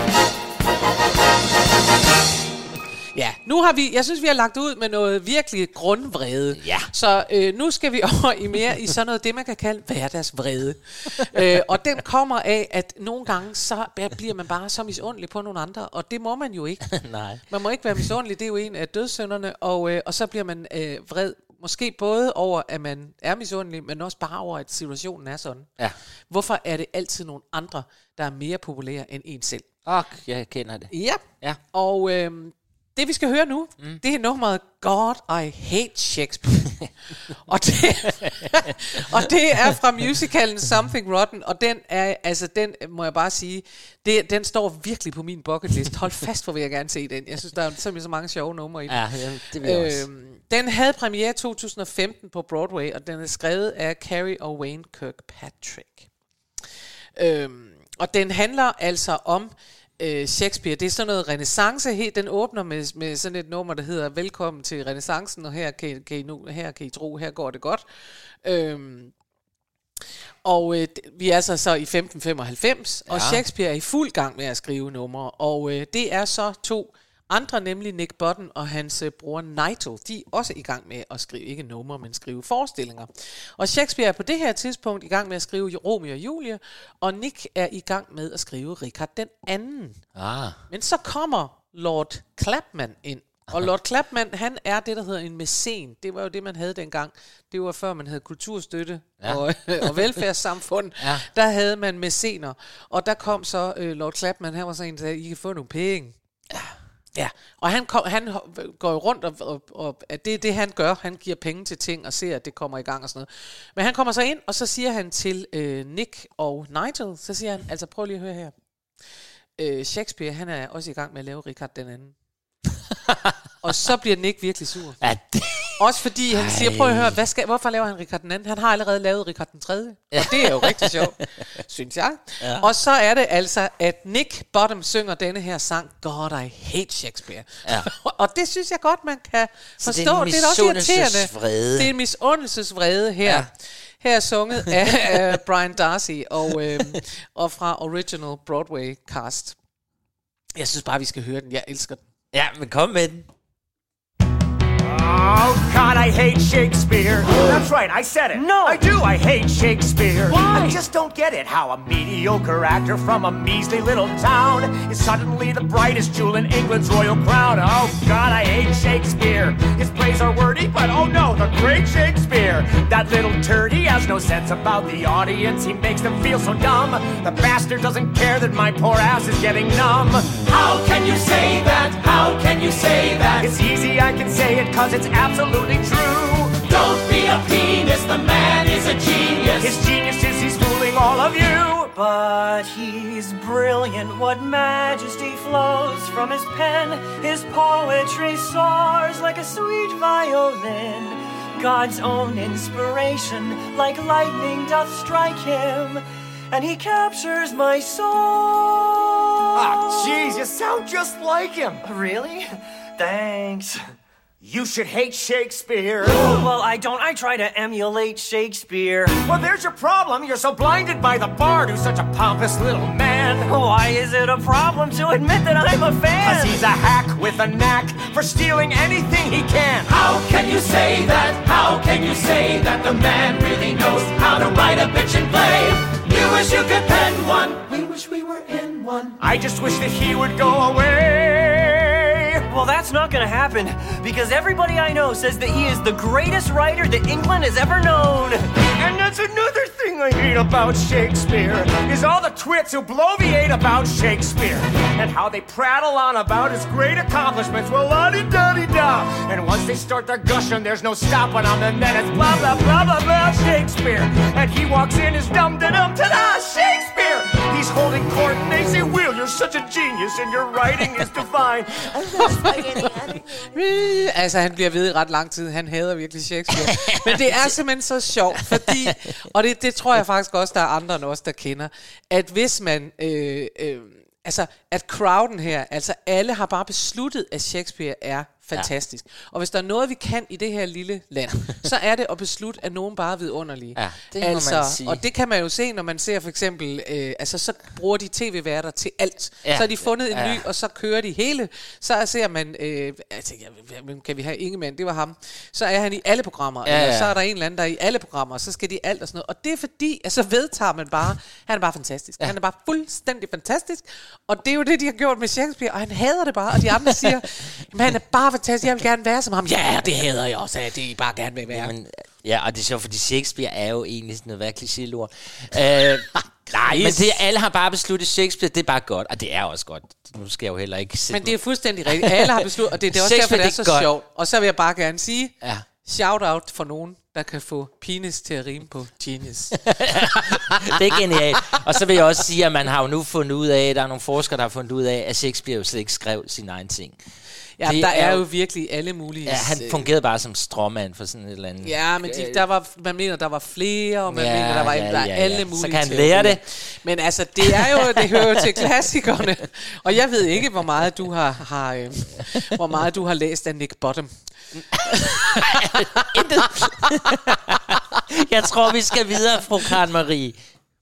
Ja, nu har jeg synes, vi har lagt ud med noget virkelig grundvrede. Ja. Så nu skal vi over i sådan noget, det man kan kalde hverdagsvrede. Og den kommer af, at nogle gange, så bliver man bare så misundelig på nogle andre, og det må man jo ikke. Nej. Man må ikke være misundelig, det er jo en af dødssynderne, og så bliver man vred. Måske både over, at man er misundelig, men også bare over, at situationen er sådan. Ja. Hvorfor er det altid nogle andre, der er mere populære end en selv? Jeg kender det. Ja. Og det vi skal høre nu, det er nummeret God, I Hate Shakespeare. og det er fra musicalen Something Rotten, og den er, altså den må jeg bare sige, den står virkelig på min bucket list. Hold fast, for vil jeg gerne se den. Jeg synes, der er simpelthen så mange sjove numre i den. Ja, det vil jeg også. Den havde premiere 2015 på Broadway, og den er skrevet af Carrie og Wayne Kirkpatrick. Og den handler altså om Shakespeare. Det er sådan noget renæssance. Den åbner med sådan et nummer, der hedder Velkommen til renæssancen, og her kan I tro, her går det godt. Vi er så i 1595, og Shakespeare er i fuld gang med at skrive numre, og det er så to andre, nemlig Nick Bottom og hans bror Nigel, de er også i gang med at skrive, ikke numre, men skrive forestillinger. Og Shakespeare er på det her tidspunkt i gang med at skrive Romeo og Julie, og Nick er i gang med at skrive Richard den anden. Men så kommer Lord Clapman ind, og Lord Clapman, han er det, der hedder en mæcen. Det var jo det, man havde dengang. Det var før man havde kulturstøtte og velfærdssamfund. Der havde man mæcener, og der kom så Lord Clapman, han var sådan en, der sagde, I kan få nogle penge. Ja, og han går jo rundt, og det er det, han gør. Han giver penge til ting og ser, at det kommer i gang og sådan noget. Men han kommer så ind, og så siger han til Nick og Nigel, så siger han, altså prøv lige at høre her. Shakespeare, han er også i gang med at lave Richard den anden. Og så bliver Nick virkelig sur. Også fordi han siger, prøv at høre, hvorfor laver han Richard den anden? Han har allerede lavet Richard den tredje. Og det er jo rigtig sjovt, synes jeg. Ja. Og så er det altså, at Nick Bottom synger denne her sang, God, I Hate Shakespeare. Ja. Og det synes jeg godt, man kan forstå. Det er også irriterende. Det er en misundelsesvrede her. Ja. Her er sunget af Brian Darcy og fra Original Broadway Cast. Jeg synes bare, vi skal høre den. Jeg elsker den. Ja, men kom med den. Oh, God, I hate Shakespeare. That's right, I said it. No, I do. I hate Shakespeare. Why? I just don't get it how a mediocre actor from a measly little town is suddenly the brightest jewel in England's royal crown. Oh, God, I hate Shakespeare. His plays are wordy, but oh no, the great Shakespeare. That little turd, he has no sense about the audience. He makes them feel so dumb. The bastard doesn't care that my poor ass is getting numb. How can you say that? How can you say that? It's easy, I can say it, cause it's absolutely true. Don't be a penis, the man is a genius. His genius is he's fooling all of you. But he's brilliant, what majesty flows from his pen. His poetry soars like a sweet violin. God's own inspiration, like lightning doth strike him, and he captures my soul. Oh, jeez, you sound just like him. Really? Thanks. You should hate Shakespeare. Well, I don't. I try to emulate Shakespeare. Well, there's your problem. You're so blinded by the bard who's such a pompous little man. Why is it a problem to admit that I'm a fan? 'Cause he's a hack with a knack for stealing anything he can. How can you say that? How can you say that the man really knows how to write a bitch and play? You wish you could pen one. We wish we were in one. I just wish that he would go away. Well, that's not gonna happen, because everybody I know says that he is the greatest writer that England has ever known. And that's another thing I hate about Shakespeare, is all the twits who bloviate about Shakespeare, and how they prattle on about his great accomplishments. Well, la-di-da-di-da. And once they start their gushing, there's no stopping them, and then it's blah, blah, blah, blah, blah, Shakespeare. And he walks in as dum-da-dum-ta-da, Shakespeare. He's holding court, and they say, Will, you're such a genius, and your writing is divine. Altså, han bliver ved i ret lang tid. Han hader virkelig Shakespeare. Men det er simpelthen så sjovt, fordi, og det tror jeg faktisk også, der er andre end os, der kender, at hvis man, altså, at crowden her, altså alle har bare besluttet, at Shakespeare er fantastisk. Ja. Og hvis der er noget, vi kan i det her lille land, så er det at beslutte, at nogen bare er vidunderlige. Ja, det altså, må man sige. Og det kan man jo se, når man ser for eksempel, altså så bruger de tv-værter til alt. Ja. Så har de fundet en ny, og så kører de hele. Så ser man, altså, kan vi have Ingemann, det var ham. Så er han i alle programmer, eller så er der en eller anden, der er i alle programmer, og så skal de alt og sådan noget. Og det er fordi, altså vedtager man bare, han er bare fantastisk. Ja. Han er bare fuldstændig fantastisk. Og det er jo det, de har gjort med Shakespeare, og han hader det bare. Og de andre siger, men han er bare fantastisk, jeg vil gerne være som ham. Ja, det hader jeg også, at de bare gerne vil være. Jamen, ja, og det er sjovt, fordi Shakespeare er jo egentlig sådan noget virkelig kliché-lort. Nej, men det, alle har bare besluttet Shakespeare, det er bare godt, og det er også godt. Nu skal jeg jo heller ikke sætte Men det er fuldstændig rigtigt. Alle har besluttet, og det er også derfor, det er så godt. Sjovt. Og så vil jeg bare gerne sige, shout-out for nogen, der kan få penis til at rime på genius. Det er genialt. Og så vil jeg også sige, at man har jo nu fundet ud af, der er nogle forskere, der har fundet ud af, at Shakespeare jo slet ikke skrev sin egen ting. Ja, der er jo virkelig alle mulige... Ja, han fungerede bare som stråmand for sådan et eller andet... Ja, men man mener, der var flere, og man mener, der var alle mulige... Så kan han lære det. Men altså, det hører jo til klassikerne. Og jeg ved ikke, hvor meget du har læst af Nick Bottom. Jeg tror, vi skal videre, fru Karen Marie.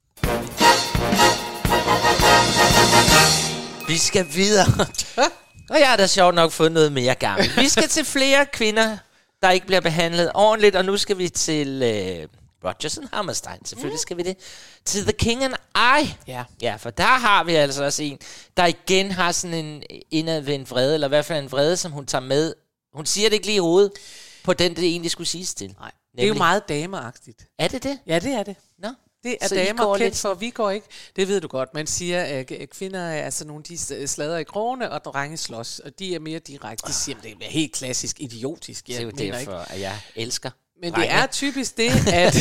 Vi skal videre. Og jeg har da sjovt nok fået noget mere gammelt. Vi skal til flere kvinder, der ikke bliver behandlet ordentligt, og nu skal vi til Rodgers and Hammerstein. Selvfølgelig skal vi det. Til The King and I. Ja, for der har vi altså også en, der igen har sådan en indadvendt vrede, eller i hvert fald en vrede, som hun tager med. Hun siger det ikke lige i hovedet på den, det egentlig skulle siges til. Nej, det er jo meget dameagtigt. Er det det? Ja, det er det. Nå. Det er damer kendt for, vi går ikke. Det ved du godt. Man siger, at kvinder er altså nogle, de slader i krogene, og drenge slås. Og de er mere direkte. De siger, at det er helt klassisk idiotisk. Det er jo derfor, at jeg elsker. Men det er typisk det,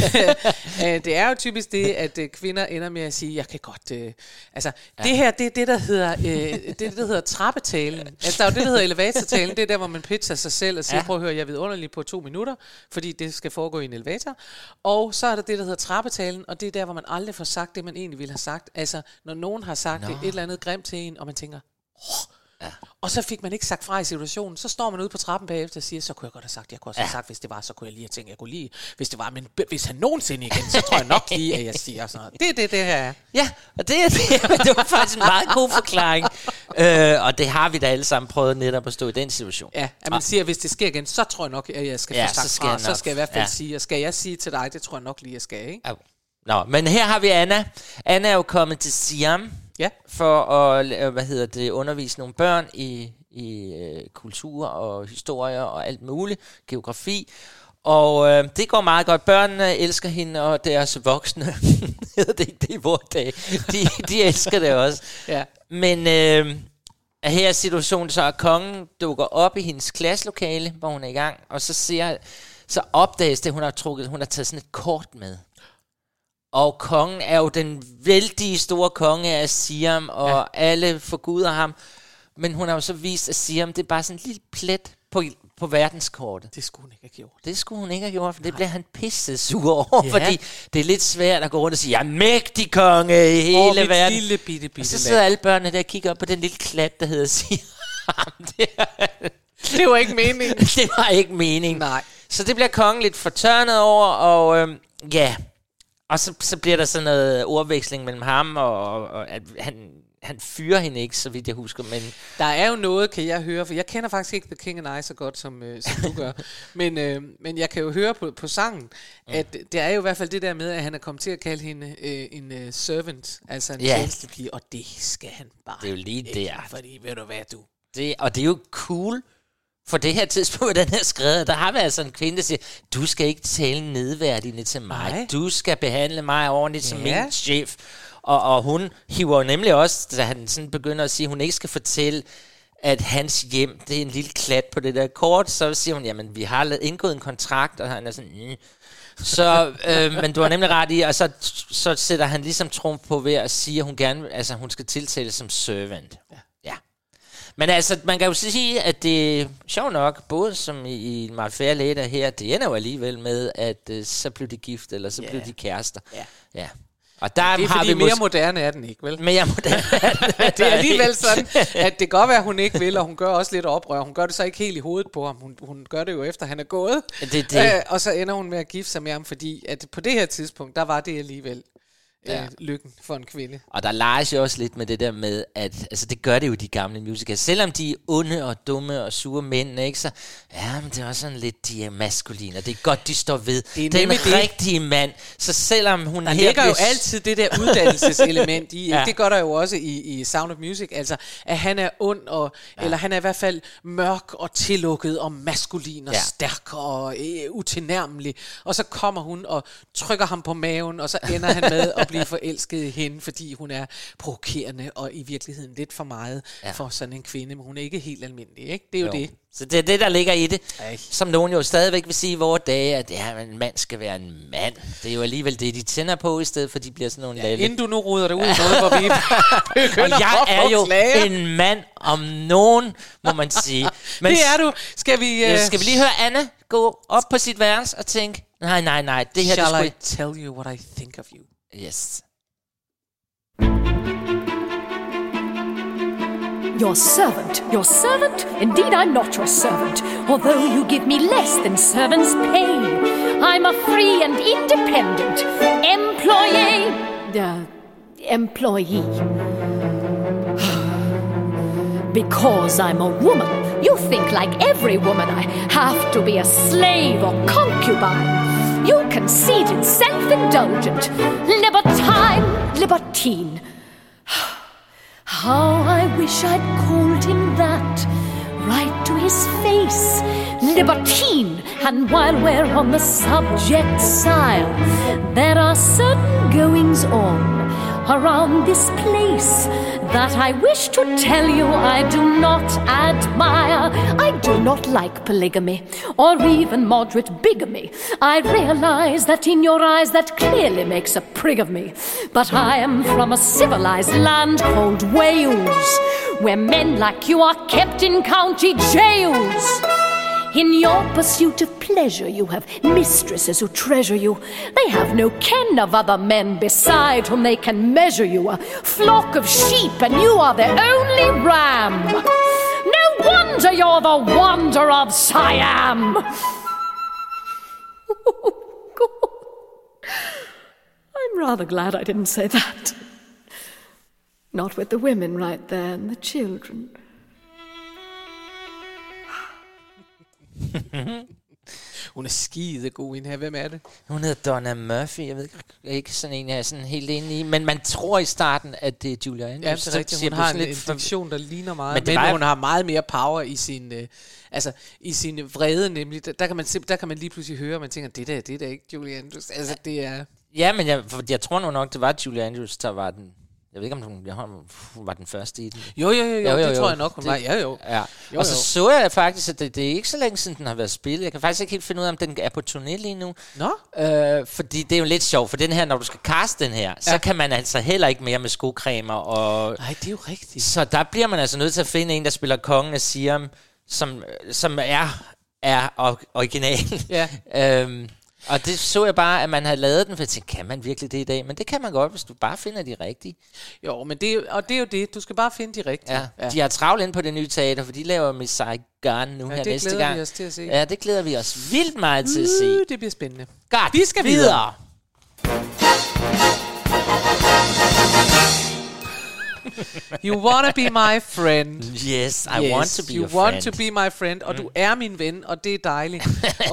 at kvinder ender med at sige, jeg kan godt... det her, det er det, der hedder trappetalen. Altså, der er jo det, der hedder elevatortalen. Det er der, hvor man pitcher sig selv og siger, prøv at høre, jeg er vidunderlig på 2 minutter, fordi det skal foregå i en elevator. Og så er der det, der hedder trappetalen, og det er der, hvor man aldrig får sagt det, man egentlig ville have sagt. Altså, når nogen har sagt et eller andet grimt til en, og man tænker... Og så fik man ikke sagt fra i situationen. Så står man ude på trappen bagefter og siger, så kunne jeg godt have sagt, jeg kunne også have sagt, hvis det var, så kunne jeg lige have tænkt, jeg kunne lige, hvis det var, men hvis han nogensinde igen, så tror jeg nok lige, at jeg siger sådan noget. Det her er. Ja, og det var faktisk en meget god forklaring. Og det har vi da alle sammen prøvet netop at stå i den situation. Ja, at man siger, at hvis det sker igen, så tror jeg nok, at jeg skal få sagt fra. Så skal jeg i hvert fald sige, og skal jeg sige til dig, det tror jeg nok lige, jeg skal, ikke? Nå, men her har vi Anna. Anna er jo kommet til Siam for at undervise nogle børn i kultur og historie og alt muligt, geografi. Og det går meget godt. Børnene elsker hende, og deres voksne, det ikke det i vores dag, de elsker det også. Ja. Men her er situationen så, at kongen dukker op i hendes klasselokale, hvor hun er i gang, og så opdages det, hun har taget sådan et kort med. Og kongen er jo den vældige store konge af Siam, og alle forguder ham. Men hun har jo så vist, at Siam, det er bare sådan en lille plet på verdenskortet. Det skulle hun ikke have gjort. Det skulle hun ikke have gjort, for det bliver han pisse sur over, fordi det er lidt svært at gå rundt og sige, jeg er mægtig konge i hele verden. Lille bitte og så sidder alle børnene der og kigger op på den lille klat, der hedder Siam. Det var ikke meningen. Det var ikke meningen. Nej. Så det bliver kongen lidt fortørnet over, og og så bliver der sådan noget ordveksling mellem ham, og at han fyrer hende ikke, så vidt jeg husker. Men der er jo noget, kan jeg høre, for jeg kender faktisk ikke The King and I så godt, som du gør. Men jeg kan jo høre på sangen, at det er jo i hvert fald det der med, at han er kommet til at kalde hende en servant, altså en tjenestepige, og det skal han bare. Det er jo lige der. Fordi, ved du hvad, du... Og det er jo cool, for det her tidspunkt, den her skrevet, der har været altså en kvinde, der siger, du skal ikke tale nedværdigende til mig. Nej. Du skal behandle mig ordentligt som min chef. Og hun hiver nemlig også, da han sådan begynder at sige, at hun ikke skal fortælle, at hans hjem, det er en lille klat på det der kort. Så siger hun, jamen vi har indgået en kontrakt, og han er sådan, Så, men du har nemlig ret i, og så sætter han ligesom trumf på ved at sige, at hun gerne, altså hun skal tiltales som servant. Ja. Men altså, man kan jo sige, at det er sjovt nok, både som i My Fair Lady her, det ender jo alligevel med, at så blev de gift, eller så blev de kærester. Ja. Og der det er har fordi vi mere moderne er den ikke, vel? Mere moderne det er alligevel sådan, at det kan godt være, at hun ikke vil, og hun gør også lidt oprør. Hun gør det så ikke helt i hovedet på ham. Hun gør det jo efter, han er gået. Og så ender hun med at gifte sig med ham, fordi at på det her tidspunkt, der var det alligevel lykken for en kvinde. Og der leges jo også lidt med det der med, at altså det gør det jo de gamle musicals. Selvom de er onde og dumme og sure mænd, ikke, så men det er også sådan lidt, de er maskuline, og det er godt, de står ved. Det er en rigtig mand, så selvom hun der ligger jo altid det der uddannelseselement i, det gør der jo også i Sound of Music, altså at han er ond, eller han er i hvert fald mørk og tillukket og maskulin og stærk og utilnærmelig, og så kommer hun og trykker ham på maven, og så ender han med at blive forelsket i hende, fordi hun er provokerende og i virkeligheden lidt for meget for sådan en kvinde, men hun er ikke helt almindelig, ikke? Det er jo det. Så det er det, der ligger i det. Som nogen jo stadigvæk vil sige i vores dage, at en mand skal være en mand. Det er jo alligevel det, de tænder på, i stedet for, de bliver sådan nogle lalle. Inden du nu ruder dig ud i noget, hvor vi begynder og jeg er jo en mand om nogen, må man sige. Men det er du. Skal vi lige høre Anne gå op på sit værelse og tænke, nej, det her... Shall I tell you what I think of you? Yes. Your servant. Indeed, I'm not your servant, although you give me less than servants pay. I'm a free and independent employee. Because I'm a woman, you think like every woman I have to be a slave or concubine. You conceited, self-indulgent, libertine. How I wish I'd called him that, right to his face. Libertine, and while we're on the subject, sire, there are certain goings on around this place that I wish to tell you I do not admire. I do not like polygamy, or even moderate bigamy. I realize that in your eyes that clearly makes a prig of me. But I am from a civilized land called Wales, where men like you are kept in county jails. In your pursuit of pleasure, you have mistresses who treasure you. They have no ken of other men beside whom they can measure you. A flock of sheep, and you are their only ram. No wonder you're the wonder of Siam. Oh, God. I'm rather glad I didn't say that. Not with the women right there and the children. Hun er skide god i den her. Hvem er det? Hun hedder Donna Murphy. Jeg ved ikke sådan en, jeg er sådan helt inde i. Men man tror i starten, at det er Julia Andrews. Ja, det er rigtigt. Hun har en dimension, der ligner meget. Men hun har meget mere power i sin... i sin vrede nemlig. Der kan man lige pludselig høre, og man tænker, det er ikke Julia Andrews. Altså, det er... Ja, men jeg tror nu nok, det var Julia Andrews, der var den... Jeg ved ikke, om hun var den første i den. Jo, det tror jeg nok, hun var. Jo. Ja. Og så jeg faktisk, at det er ikke så længe siden, den har været spillet. Jeg kan faktisk ikke helt finde ud af, om den er på turné lige nu. Nå? Fordi det er jo lidt sjovt, for den her, når du skal caste den her, så kan man altså heller ikke mere med skocremer. Nej, det er jo rigtigt. Så der bliver man altså nødt til at finde en, der spiller kongen af Siam, som er er originalen. Ja. Og det så jeg bare, at man havde lavet den, for jeg tænkte, kan man virkelig det i dag? Men det kan man godt, hvis du bare finder de rigtige. Jo, men det er jo det. Du skal bare finde de rigtige. Ja. De har travlt ind på det nye teater, for de laver Miss Saigon nu her næste gang. Det glæder vi os til at se. Ja, det glæder vi os vildt meget til at se. Det bliver spændende. Godt, vi skal videre. You wanna be my friend. Yes, I want to be your friend. You want to be my friend, og du er min ven, og det er dejligt.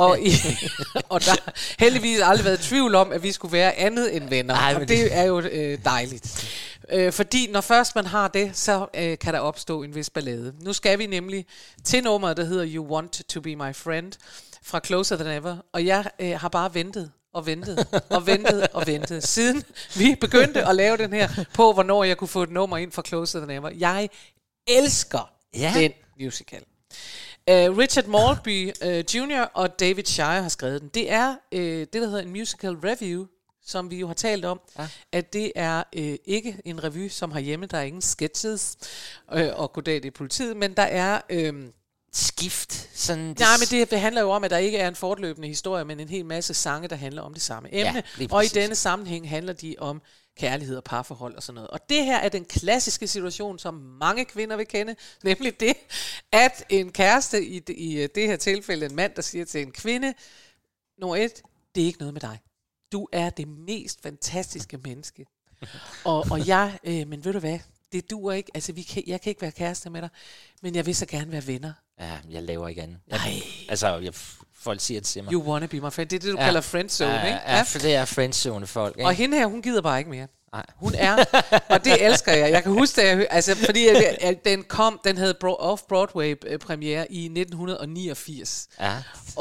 og der har heldigvis aldrig været tvivl om, at vi skulle være andet end venner. Og det er jo dejligt. Fordi når først man har det, så kan der opstå en vis ballade. Nu skal vi nemlig til nummeret, der hedder You Want to be my friend, fra Closer Than Ever. Og jeg har bare ventet og ventet, siden vi begyndte at lave den her, på hvornår jeg kunne få et nummer ind fra Closer Than Ever. Jeg elsker den musical. Richard Maltby Jr. og David Shire har skrevet den. Det er det, der hedder en musical review, som vi jo har talt om, at det er ikke en revue, som har hjemme. Der er ingen sketches og goddag, det er politiet, men der er skift. Sådan nej, men det handler jo om, at der ikke er en fortløbende historie, men en hel masse sange, der handler om det samme emne. Ja, og i denne sammenhæng handler de om kærlighed og parforhold og sådan noget. Og det her er den klassiske situation, som mange kvinder vil kende, nemlig det, at en kæreste, i det her tilfælde en mand, der siger til en kvinde, nummer 1, det er ikke noget med dig. Du er det mest fantastiske menneske. og jeg, men ved du hvad, det duer ikke. Altså, jeg kan ikke være kæreste med dig, men jeg vil så gerne være venner. Ja, jeg laver ikke andet. Nej. Altså, folk siger det til mig. You wanna be my friend. Det er det, du kalder friendzone, ikke? Ja, for det er friendzone folk, ikke? Og hende her, hun gider bare ikke mere. Nej. Hun er, og det elsker jeg. Jeg kan huske, fordi den havde Off-Broadway premiere i 1989. Ja.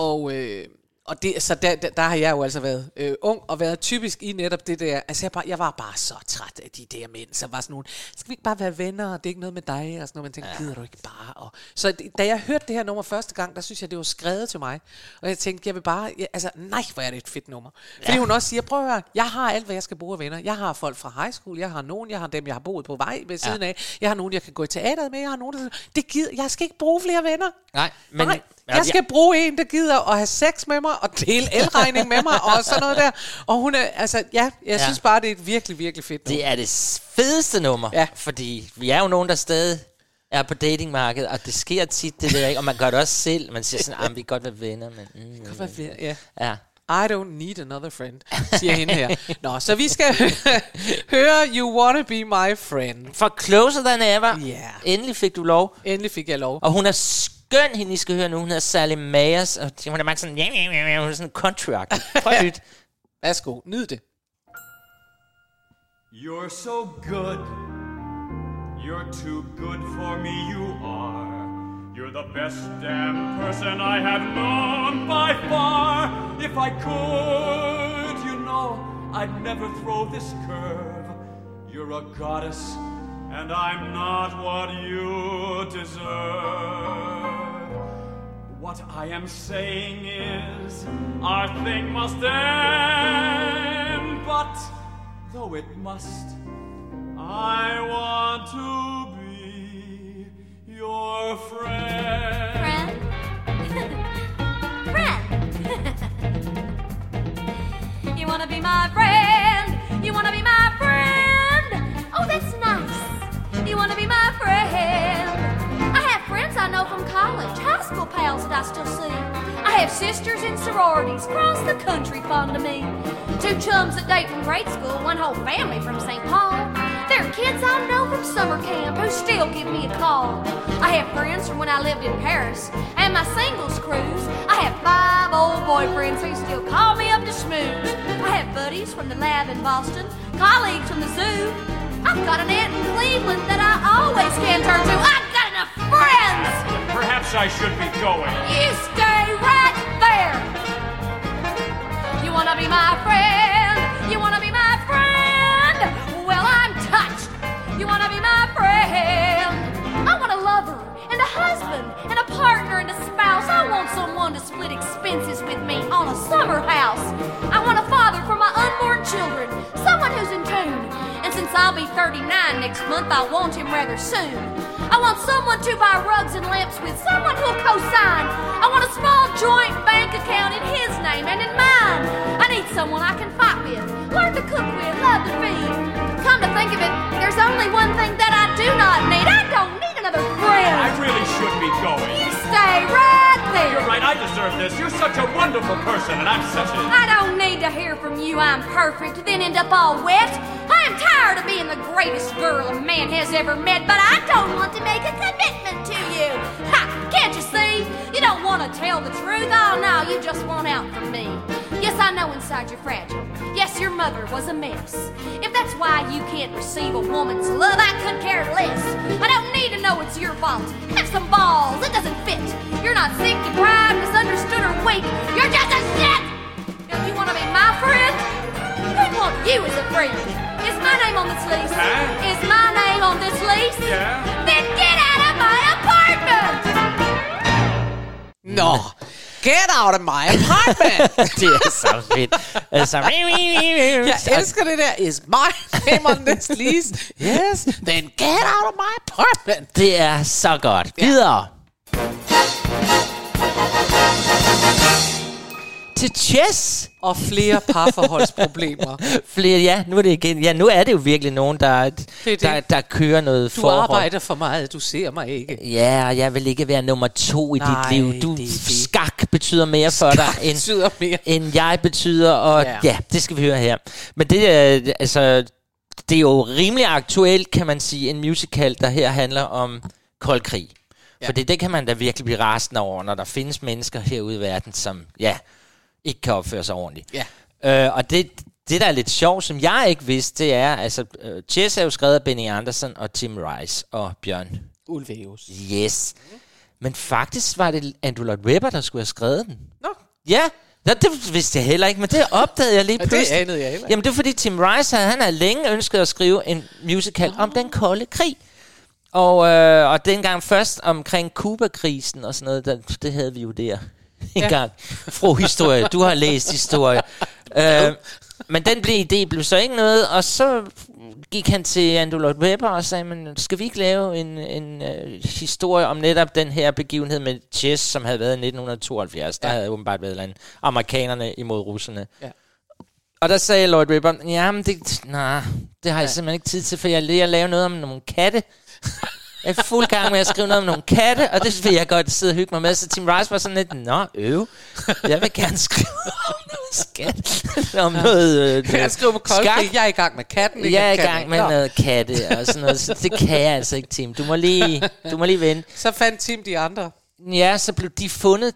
Og det, så der har jeg jo altså været ung og været typisk i netop det der. Altså jeg var bare så træt af de der mænd, så var sådan nogle, skal vi ikke bare være venner, og det er ikke noget med dig, og sådan noget, man tænkte, gider du ikke bare? Og så da jeg hørte det her nummer første gang, der synes jeg, det var skrevet til mig, og jeg tænkte, jeg vil bare, nej, hvor er det et fedt nummer. Fordi hun også siger, prøv at høre, jeg har alt, hvad jeg skal bruge af venner. Jeg har folk fra high school, jeg har nogen, jeg har dem, jeg har boet på vej ved siden af, jeg har nogen, jeg kan gå i teateret med, jeg har nogen, jeg skal ikke bruge flere venner. Nej, jeg skal bruge en, der gider at have sex med mig, og dele elregning med mig, og sådan noget der. Og hun er, jeg synes bare, det er et virkelig, virkelig fedt nummer. Det er det fedeste nummer, fordi vi er jo nogen, der stadig er på datingmarkedet, og det sker tit, det der, ikke? Og man gør det også selv. Man siger sådan, vi kan godt være venner, men... Godt være venner, ja. I don't need another friend, siger hende her. Nå, så vi skal høre You Wanna Be My Friend. For Closer Than Ever. Yeah. Endelig fik du lov. Endelig fik jeg lov. Og hun er skøn, hende I skal høre nu. Hun hedder Sally Mayers, og hun er bare sådan, hun er sådan country-agtig. Prøv at lytte. Værsgo, nyd det. You're so good. You're too good for me, you are. You're the best damn person I have known by far. If I could, you know, I'd never throw this curve. You're a goddess, and I'm not what you deserve. What I am saying is, our thing must end. But though it must, I want to be your friend. Friend? Friend! You wanna be my friend? You wanna be my friend? Oh, that's nice. You wanna be my friend? I have friends I know from college, high school pals that I still see. I have sisters in sororities across the country fond of me. 2 chums that date from grade school, one whole family from St. Paul. There are kids I know from summer camp who still give me a call. I have friends from when I lived in Paris and my singles cruise. I have 5 old boyfriends who still call me up to schmooze. I have buddies from the lab in Boston, colleagues from the zoo. I've got an aunt in Cleveland that I always can turn to. I've got enough friends! Perhaps I should be going. You stay right there! You wanna be my friend? You wanna be my friend? Well, I'm touched. You wanna be my friend? I want a lover and a husband and a partner and a spouse. I want someone to split expenses with me on a summer house. I want a father for my unborn children, someone who's in tune. And since I'll be 39 next month, I want him rather soon. I want someone to buy rugs and lamps with, someone who'll co-sign. I want a small joint bank account in his name and in mine. I need someone I can fight with, learn to cook with, love to feed. Come to think of it, there's only one thing that I do not need. I don't need another friend. I really should be going. You stay right there. You're right, I deserve this. You're such a wonderful person, and I'm such a... I don't need to hear from you I'm perfect, then end up all wet. I am tired of being the greatest girl a man has ever met, but I don't want to make a commitment to you. Ha! Can't you see? You don't want to tell the truth. Oh, no, you just want out from me. Yes, I know inside you're fragile. Yes, your mother was a mess. If that's why you can't receive a woman's love, I could care less. I don't need to know it's your fault. Have some balls, it doesn't fit. You're not sick, deprived, misunderstood, or weak. You're just a shit! Now, you want to be my friend? Who'd want you as a friend? Is my name on this lease? Huh? Is my name on this lease? Yeah. Then get out of my apartment! Nå, get out of my apartment! Det er så fedt. Altså, Jeg elsker det der. Is my name on this lease? Yes. Then get out of my apartment. det er så godt. Videre. Til Chess. Og flere parforholdsproblemer. Flere, ja, nu er det igen. Ja, nu er det jo virkelig nogen, der kører noget Du forhold. arbejder for meget, du ser mig ikke. Ja, og jeg vil ikke være nummer 2 i dit liv. Skak betyder mere for dig, end jeg betyder, og ja, det skal vi høre her. Men det er, altså, det er jo rimelig aktuelt, kan man sige, en musical, der her handler om kold krig. Ja. For det kan man da virkelig blive rasende over, når der findes mennesker herude i verden, som, ja, ikke kan opføre sig ordentligt. Ja. Og det der er lidt sjovt, som jeg ikke vidste, det er, altså, Chess er jo skrevet af Benny Andersson og Tim Rice og Bjørn Ulvaeus. Yes. Men faktisk var det Andrew Lloyd Webber, der skulle have skrevet den. Nå. Ja, det vidste jeg heller ikke, men det opdagede jeg lige pludselig. Det anede jeg heller ikke. Jamen det er fordi Tim Rice, han har længe ønsket at skrive en musical om den kolde krig. Og dengang først omkring Cuba-krisen og sådan noget, det havde vi jo der en gang. Fru historie, du har læst historie. Men den blev så ikke noget, og så gik han til Andrew Lloyd Webber og sagde, men skal vi ikke lave en historie om netop den her begivenhed med Chess, som havde været i 1972. Der havde åbenbart været amerikanerne imod russerne. Ja. Og der sagde Lloyd Webber, jamen det har jeg simpelthen ikke tid til, for jeg laver noget om nogle katte. Jeg er fuld gang med at skrive noget om nogle katte, og det vil jeg godt sidde og hygge mig med. Så Tim Rice var sådan lidt, jeg vil gerne skrive om noget skat. Om noget jeg skriver med koldkrig, jeg er i gang med katten. Jeg er i gang med noget katte og sådan noget, så det kan jeg altså ikke, Tim. Du må lige vente. Så fandt Tim de andre. Ja, så blev de fundet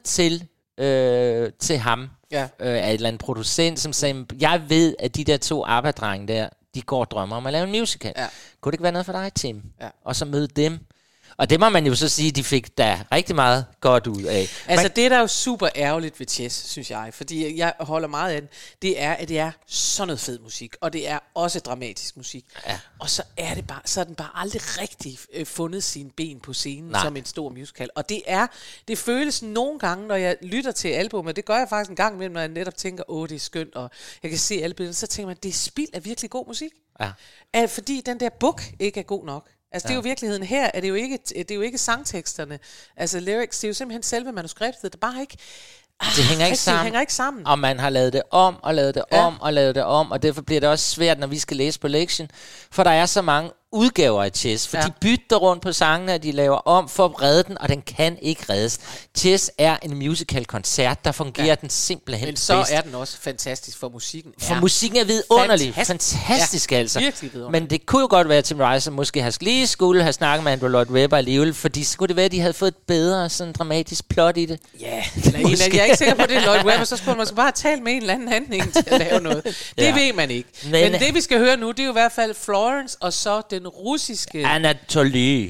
til ham af et eller andet producent, som sagde, jeg ved, at de der 2 arbejdrenge der, de går og drømmer om at lave en musical. Ja. Kunne det ikke være noget for dig, Tim? Ja. Og så møde dem. Og det må man jo så sige, de fik da rigtig meget godt ud af. Altså det, der er jo super ærgerligt ved Chess, synes jeg, fordi jeg holder meget af den, det er, at det er sådan noget fed musik, og det er også dramatisk musik. Ja. Og så er den bare aldrig rigtig fundet sine ben på scenen som en stor musical. Og det føles nogle gange, når jeg lytter til albumet, det gør jeg faktisk en gang imellem, når jeg netop tænker, det er skønt, og jeg kan se albummet, så tænker man, det er spild af virkelig god musik. Ja. Fordi den der book ikke er god nok. Altså det er jo virkeligheden her, det er jo ikke sangteksterne, altså lyrics, det er jo simpelthen selve manuskriptet, der bare ikke... Det hænger ikke sammen. Og man har lavet det om, og lavet det om, og lavet det om, og derfor bliver det også svært, når vi skal læse på lektion, for der er så mange udgaver af Chess, for de bytter rundt på sangene, og de laver om for at redde den, og den kan ikke reddes. Chess er en musical-koncert, der fungerer den simpelthen bedst. Men så er den også fantastisk, for musikken For musikken er vidunderlig. Fantastisk altså. Virkelig vidunderlig. Men det kunne jo godt være, at Tim Rice måske lige skulle have snakket med Andrew Lloyd Webber alligevel, fordi så kunne det være, at de havde fået et bedre sådan dramatisk plot i det. Ja, jeg er ikke sikker på det, Lloyd Webber, så skulle man bare tale med en eller anden handling til at lave noget. Det ved man ikke. Men det, vi skal høre nu, det er jo i hvert fald Florence, og så den russiske... Anatoly.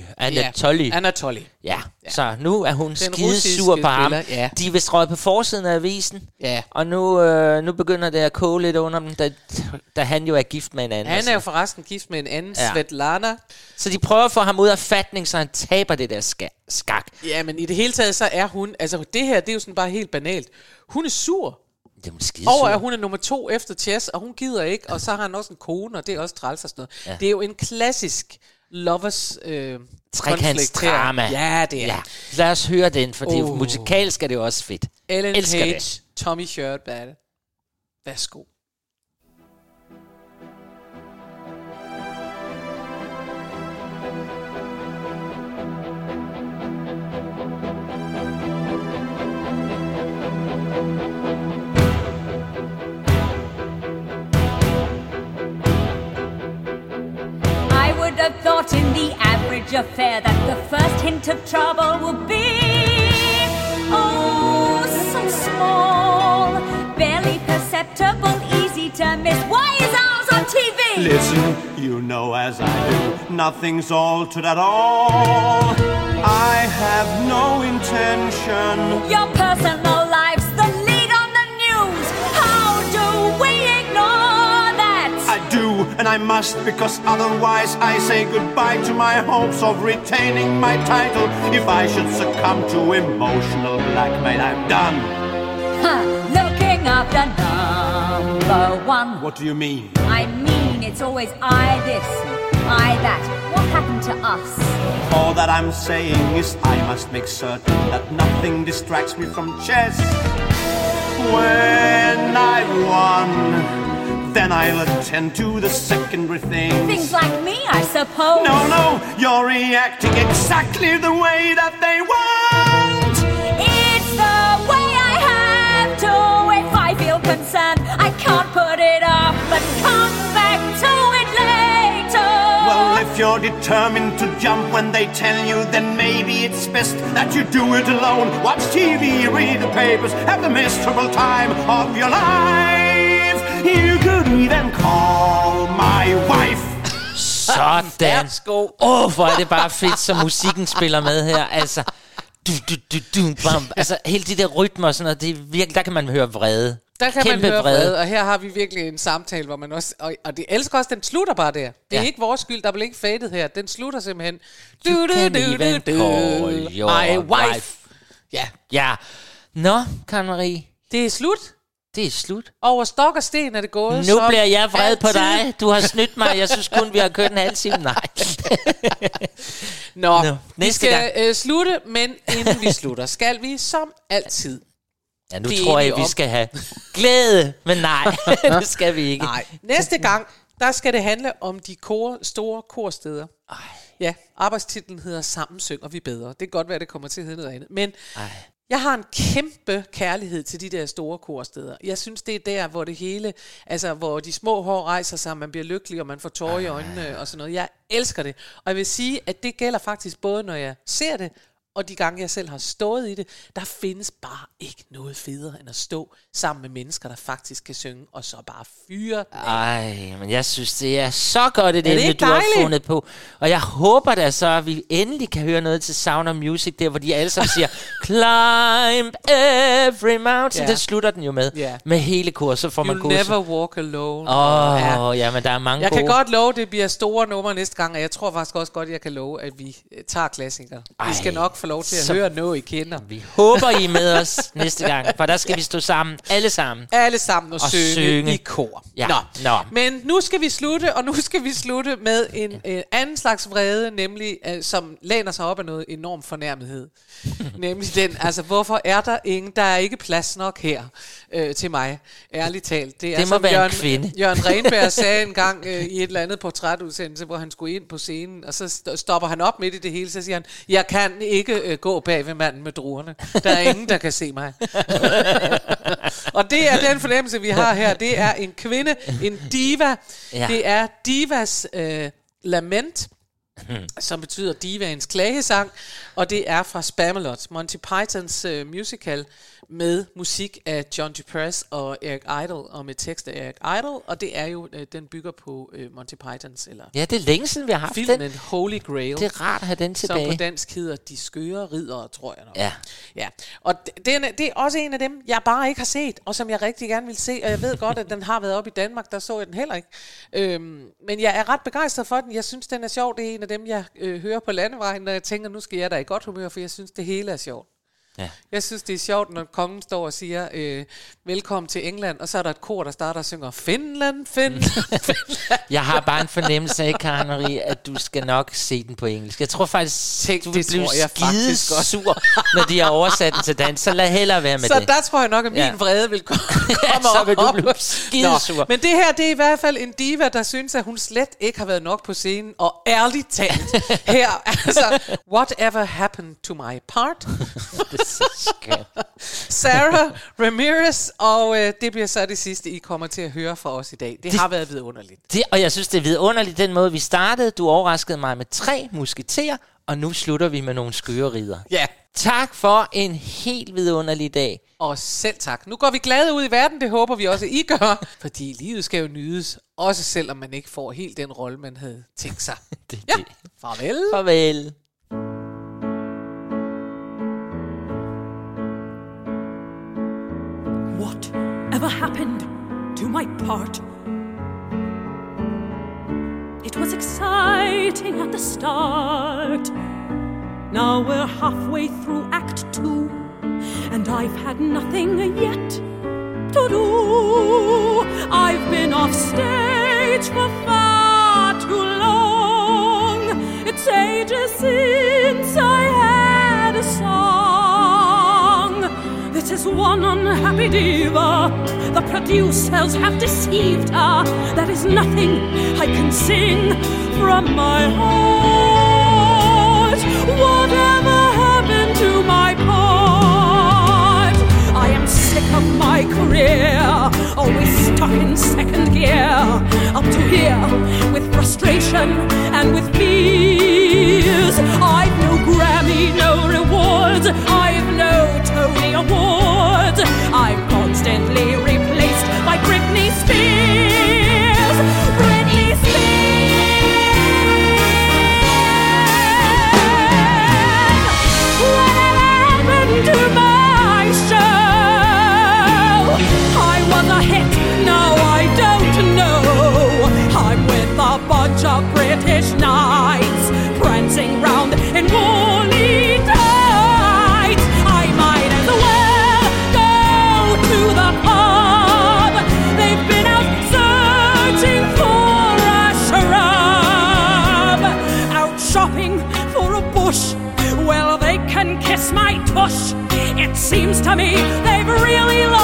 Ja, så nu er hun skidesur på ham. Ja. De er vist røget på forsiden af avisen. Ja. Og nu begynder det at koge lidt under dem, da han jo er gift med en anden. Han er jo forresten gift med en anden, Svetlana. Så de prøver at få ham ud af fatning, så han taber det der skak. Ja, men i det hele taget, så er hun... Altså det her, det er jo sådan bare helt banalt. Hun er sur. Over at hun er nummer 2 efter Chess, og hun gider ikke, og så har han også en kone, og det er også træls og sådan noget. Ja. Det er jo en klassisk lovers trekantsdrama. Ja, det er. Ja. Lad os høre den, for det musikalsk er det også fedt. Ellen Elsker Page, det. Tommy Shirtbag. Værsgo. I would have thought in the average affair that the first hint of trouble would be oh, so small, barely perceptible, easy to miss. Why is ours on TV? Listen, you know as I do, nothing's altered at all. I have no intention. Your personal life's the lead on the news. How do we ignore that? I do, and I must, because otherwise I say goodbye to my hopes of retaining my title. If I should succumb to emotional blackmail, I'm done. Looking after number one. What do you mean? I mean, it's always I this, I that. What happened to us? All that I'm saying is I must make certain that nothing distracts me from chess. When I've won, then I'll attend to the secondary things. Things like me, I suppose. No, you're reacting exactly the way that they want. It's the way I have to. If I feel concerned, I can't put it off, but come back to it later. Well, if you're determined to jump when they tell you, then maybe it's best that you do it alone. Watch TV, read the papers, have the miserable time of your life. You could even call my wife. Sådan. Hvor er det bare fedt, så musikken spiller med her. Altså, bam. Altså, hele de der rytmer og sådan noget, det er virkelig, der kan man høre vrede. Der kan Kæmpe man høre vrede. vrede, og her har vi virkelig en samtale, hvor man også... Og det elsker også, den slutter bare der. Det er ikke vores skyld, der bliver ikke fadet her. Den slutter simpelthen... My wife. Ja. Ja. Nå, Karen Marie. Det er slut. Det er slut. Over stok og sten er det gået. Nu bliver jeg vred på dig. Du har snydt mig. Jeg synes kun, vi har kørt en halv time. Nej. Nå, vi næste skal slutte, men inden vi slutter, skal vi som altid... Ja, nu tror jeg, vi skal have glæde, men nej, det skal vi ikke. Nej, næste gang, der skal det handle om de store korsteder. Ja, arbejdstitlen hedder Sammen synger vi bedre. Det kan godt være, det kommer til at hedde noget andet. Men jeg har en kæmpe kærlighed til de der store korsteder. Jeg synes, det er der, hvor det hele, altså hvor de små hår rejser sig, man bliver lykkelig, og man får tårer i øjnene og sådan noget. Jeg elsker det. Og jeg vil sige, at det gælder faktisk både, når jeg ser det, og de gange, jeg selv har stået i det, der findes bare ikke noget federe, end at stå sammen med mennesker, der faktisk kan synge, og så bare fyre. Ej, men jeg synes, det er så godt et emne, du har fundet på. Og jeg håber da så, at vi endelig kan høre noget til Sound of Music, der hvor de alle sammen siger, climb every mountain. Ja. Det slutter den jo med. Ja. Med hele kor, så får man You'll gåsehud. never walk alone. Ja, men der er mange Jeg gode. kan godt love, det bliver store numre næste gang, og jeg tror faktisk også godt, jeg kan love, at vi tager klassikere. Vi skal nok få lov til at høre noget, I kender. Vi håber, I er med os næste gang, for der skal vi stå sammen, alle sammen. Alle sammen og synge i kor. Ja. Nå. Men nu skal vi slutte, og nu skal vi slutte med en anden slags vrede, nemlig som læner sig op af noget enorm fornærmethed. Nemlig den, altså hvorfor er der ingen, der er ikke plads nok her til mig, ærligt talt. Det må være en kvinde. Jørgen Renberg sagde en gang i et eller andet portrætudsendelse, hvor han skulle ind på scenen, og så stopper han op midt i det hele, så siger han, jeg kan ikke gå bag ved manden med druerne. Der er ingen, der kan se mig. Og det er den fornemmelse, vi har her. Det er en kvinde, en diva. Ja. Det er divas lament, som betyder divaens klagesang, og det er fra Spamalot, Monty Pythons musical med musik af John Dupress og Eric Idle, og med tekst af Eric Idle, og det er jo, den bygger på Monty Pythons, eller Ja, det er længe siden, vi har haft filmen den. Holy Grail. Det er rart at have den tilbage. Som på dansk hedder De Skøre Riddere, tror jeg nok. Ja. Og det er også en af dem, jeg bare ikke har set, og som jeg rigtig gerne vil se, og jeg ved godt, at den har været op i Danmark, der så jeg den heller ikke. Men jeg er ret begejstret for den. Jeg synes, den er sjov. Det er en af dem, jeg hører på landevejen, når jeg tænker, nu skal jeg da i godt humør, for jeg synes, det hele er sjovt. Ja. Jeg synes, det er sjovt, når kongen står og siger, velkommen til England, og så er der et kor, der starter og synger, Finland, Finland, Finland. Jeg har bare en fornemmelse af, Karen Marie, at du skal nok se den på engelsk. Jeg tror faktisk, du vil blive skide sur, når de har oversat den til dansk. Så lad hellere være med så det. Så der tror jeg nok, at min vrede vil komme så vil du blive skide sur. Men det her, det er i hvert fald en diva, der synes, at hun slet ikke har været nok på scenen. Og ærligt talt, her, altså, whatever happened to my part? Sarah Ramirez, og det bliver så det sidste, I kommer til at høre fra os i dag. Det har været vidunderligt. Og jeg synes, det er vidunderligt, den måde, vi startede. Du overraskede mig med 3 musketerer, og nu slutter vi med nogle skøre ridder. Ja. Tak for en helt vidunderlig dag. Og selv tak. Nu går vi glade ud i verden, det håber vi også, I gør. Fordi livet skal jo nydes, også selvom man ikke får helt den rolle, man havde tænkt sig. Det. Farvel. Farvel. Whatever happened to my part? It was exciting at the start. Now we're halfway through Act 2, and I've had nothing yet to do. I've been off stage for far too long. It's ages since I had a song. This is one unhappy diva. The producers have deceived her. That is nothing I can sing from my heart. Whatever happened to my part? I am sick of my career, always stuck in second gear. Up to here with frustration and with fears. I've no Grammy, no rewards. I've no Tony Awards. I'm constantly replaced by Britney Spears. Britney Spears. Whatever happened to my show? I was a hit, now I don't know. I'm with a bunch of British knights prancing round in woolly tights. I might as well go to the pub. They've been out searching for a shrub. Out shopping for a bush. Well, they can kiss my tush. It seems to me they've really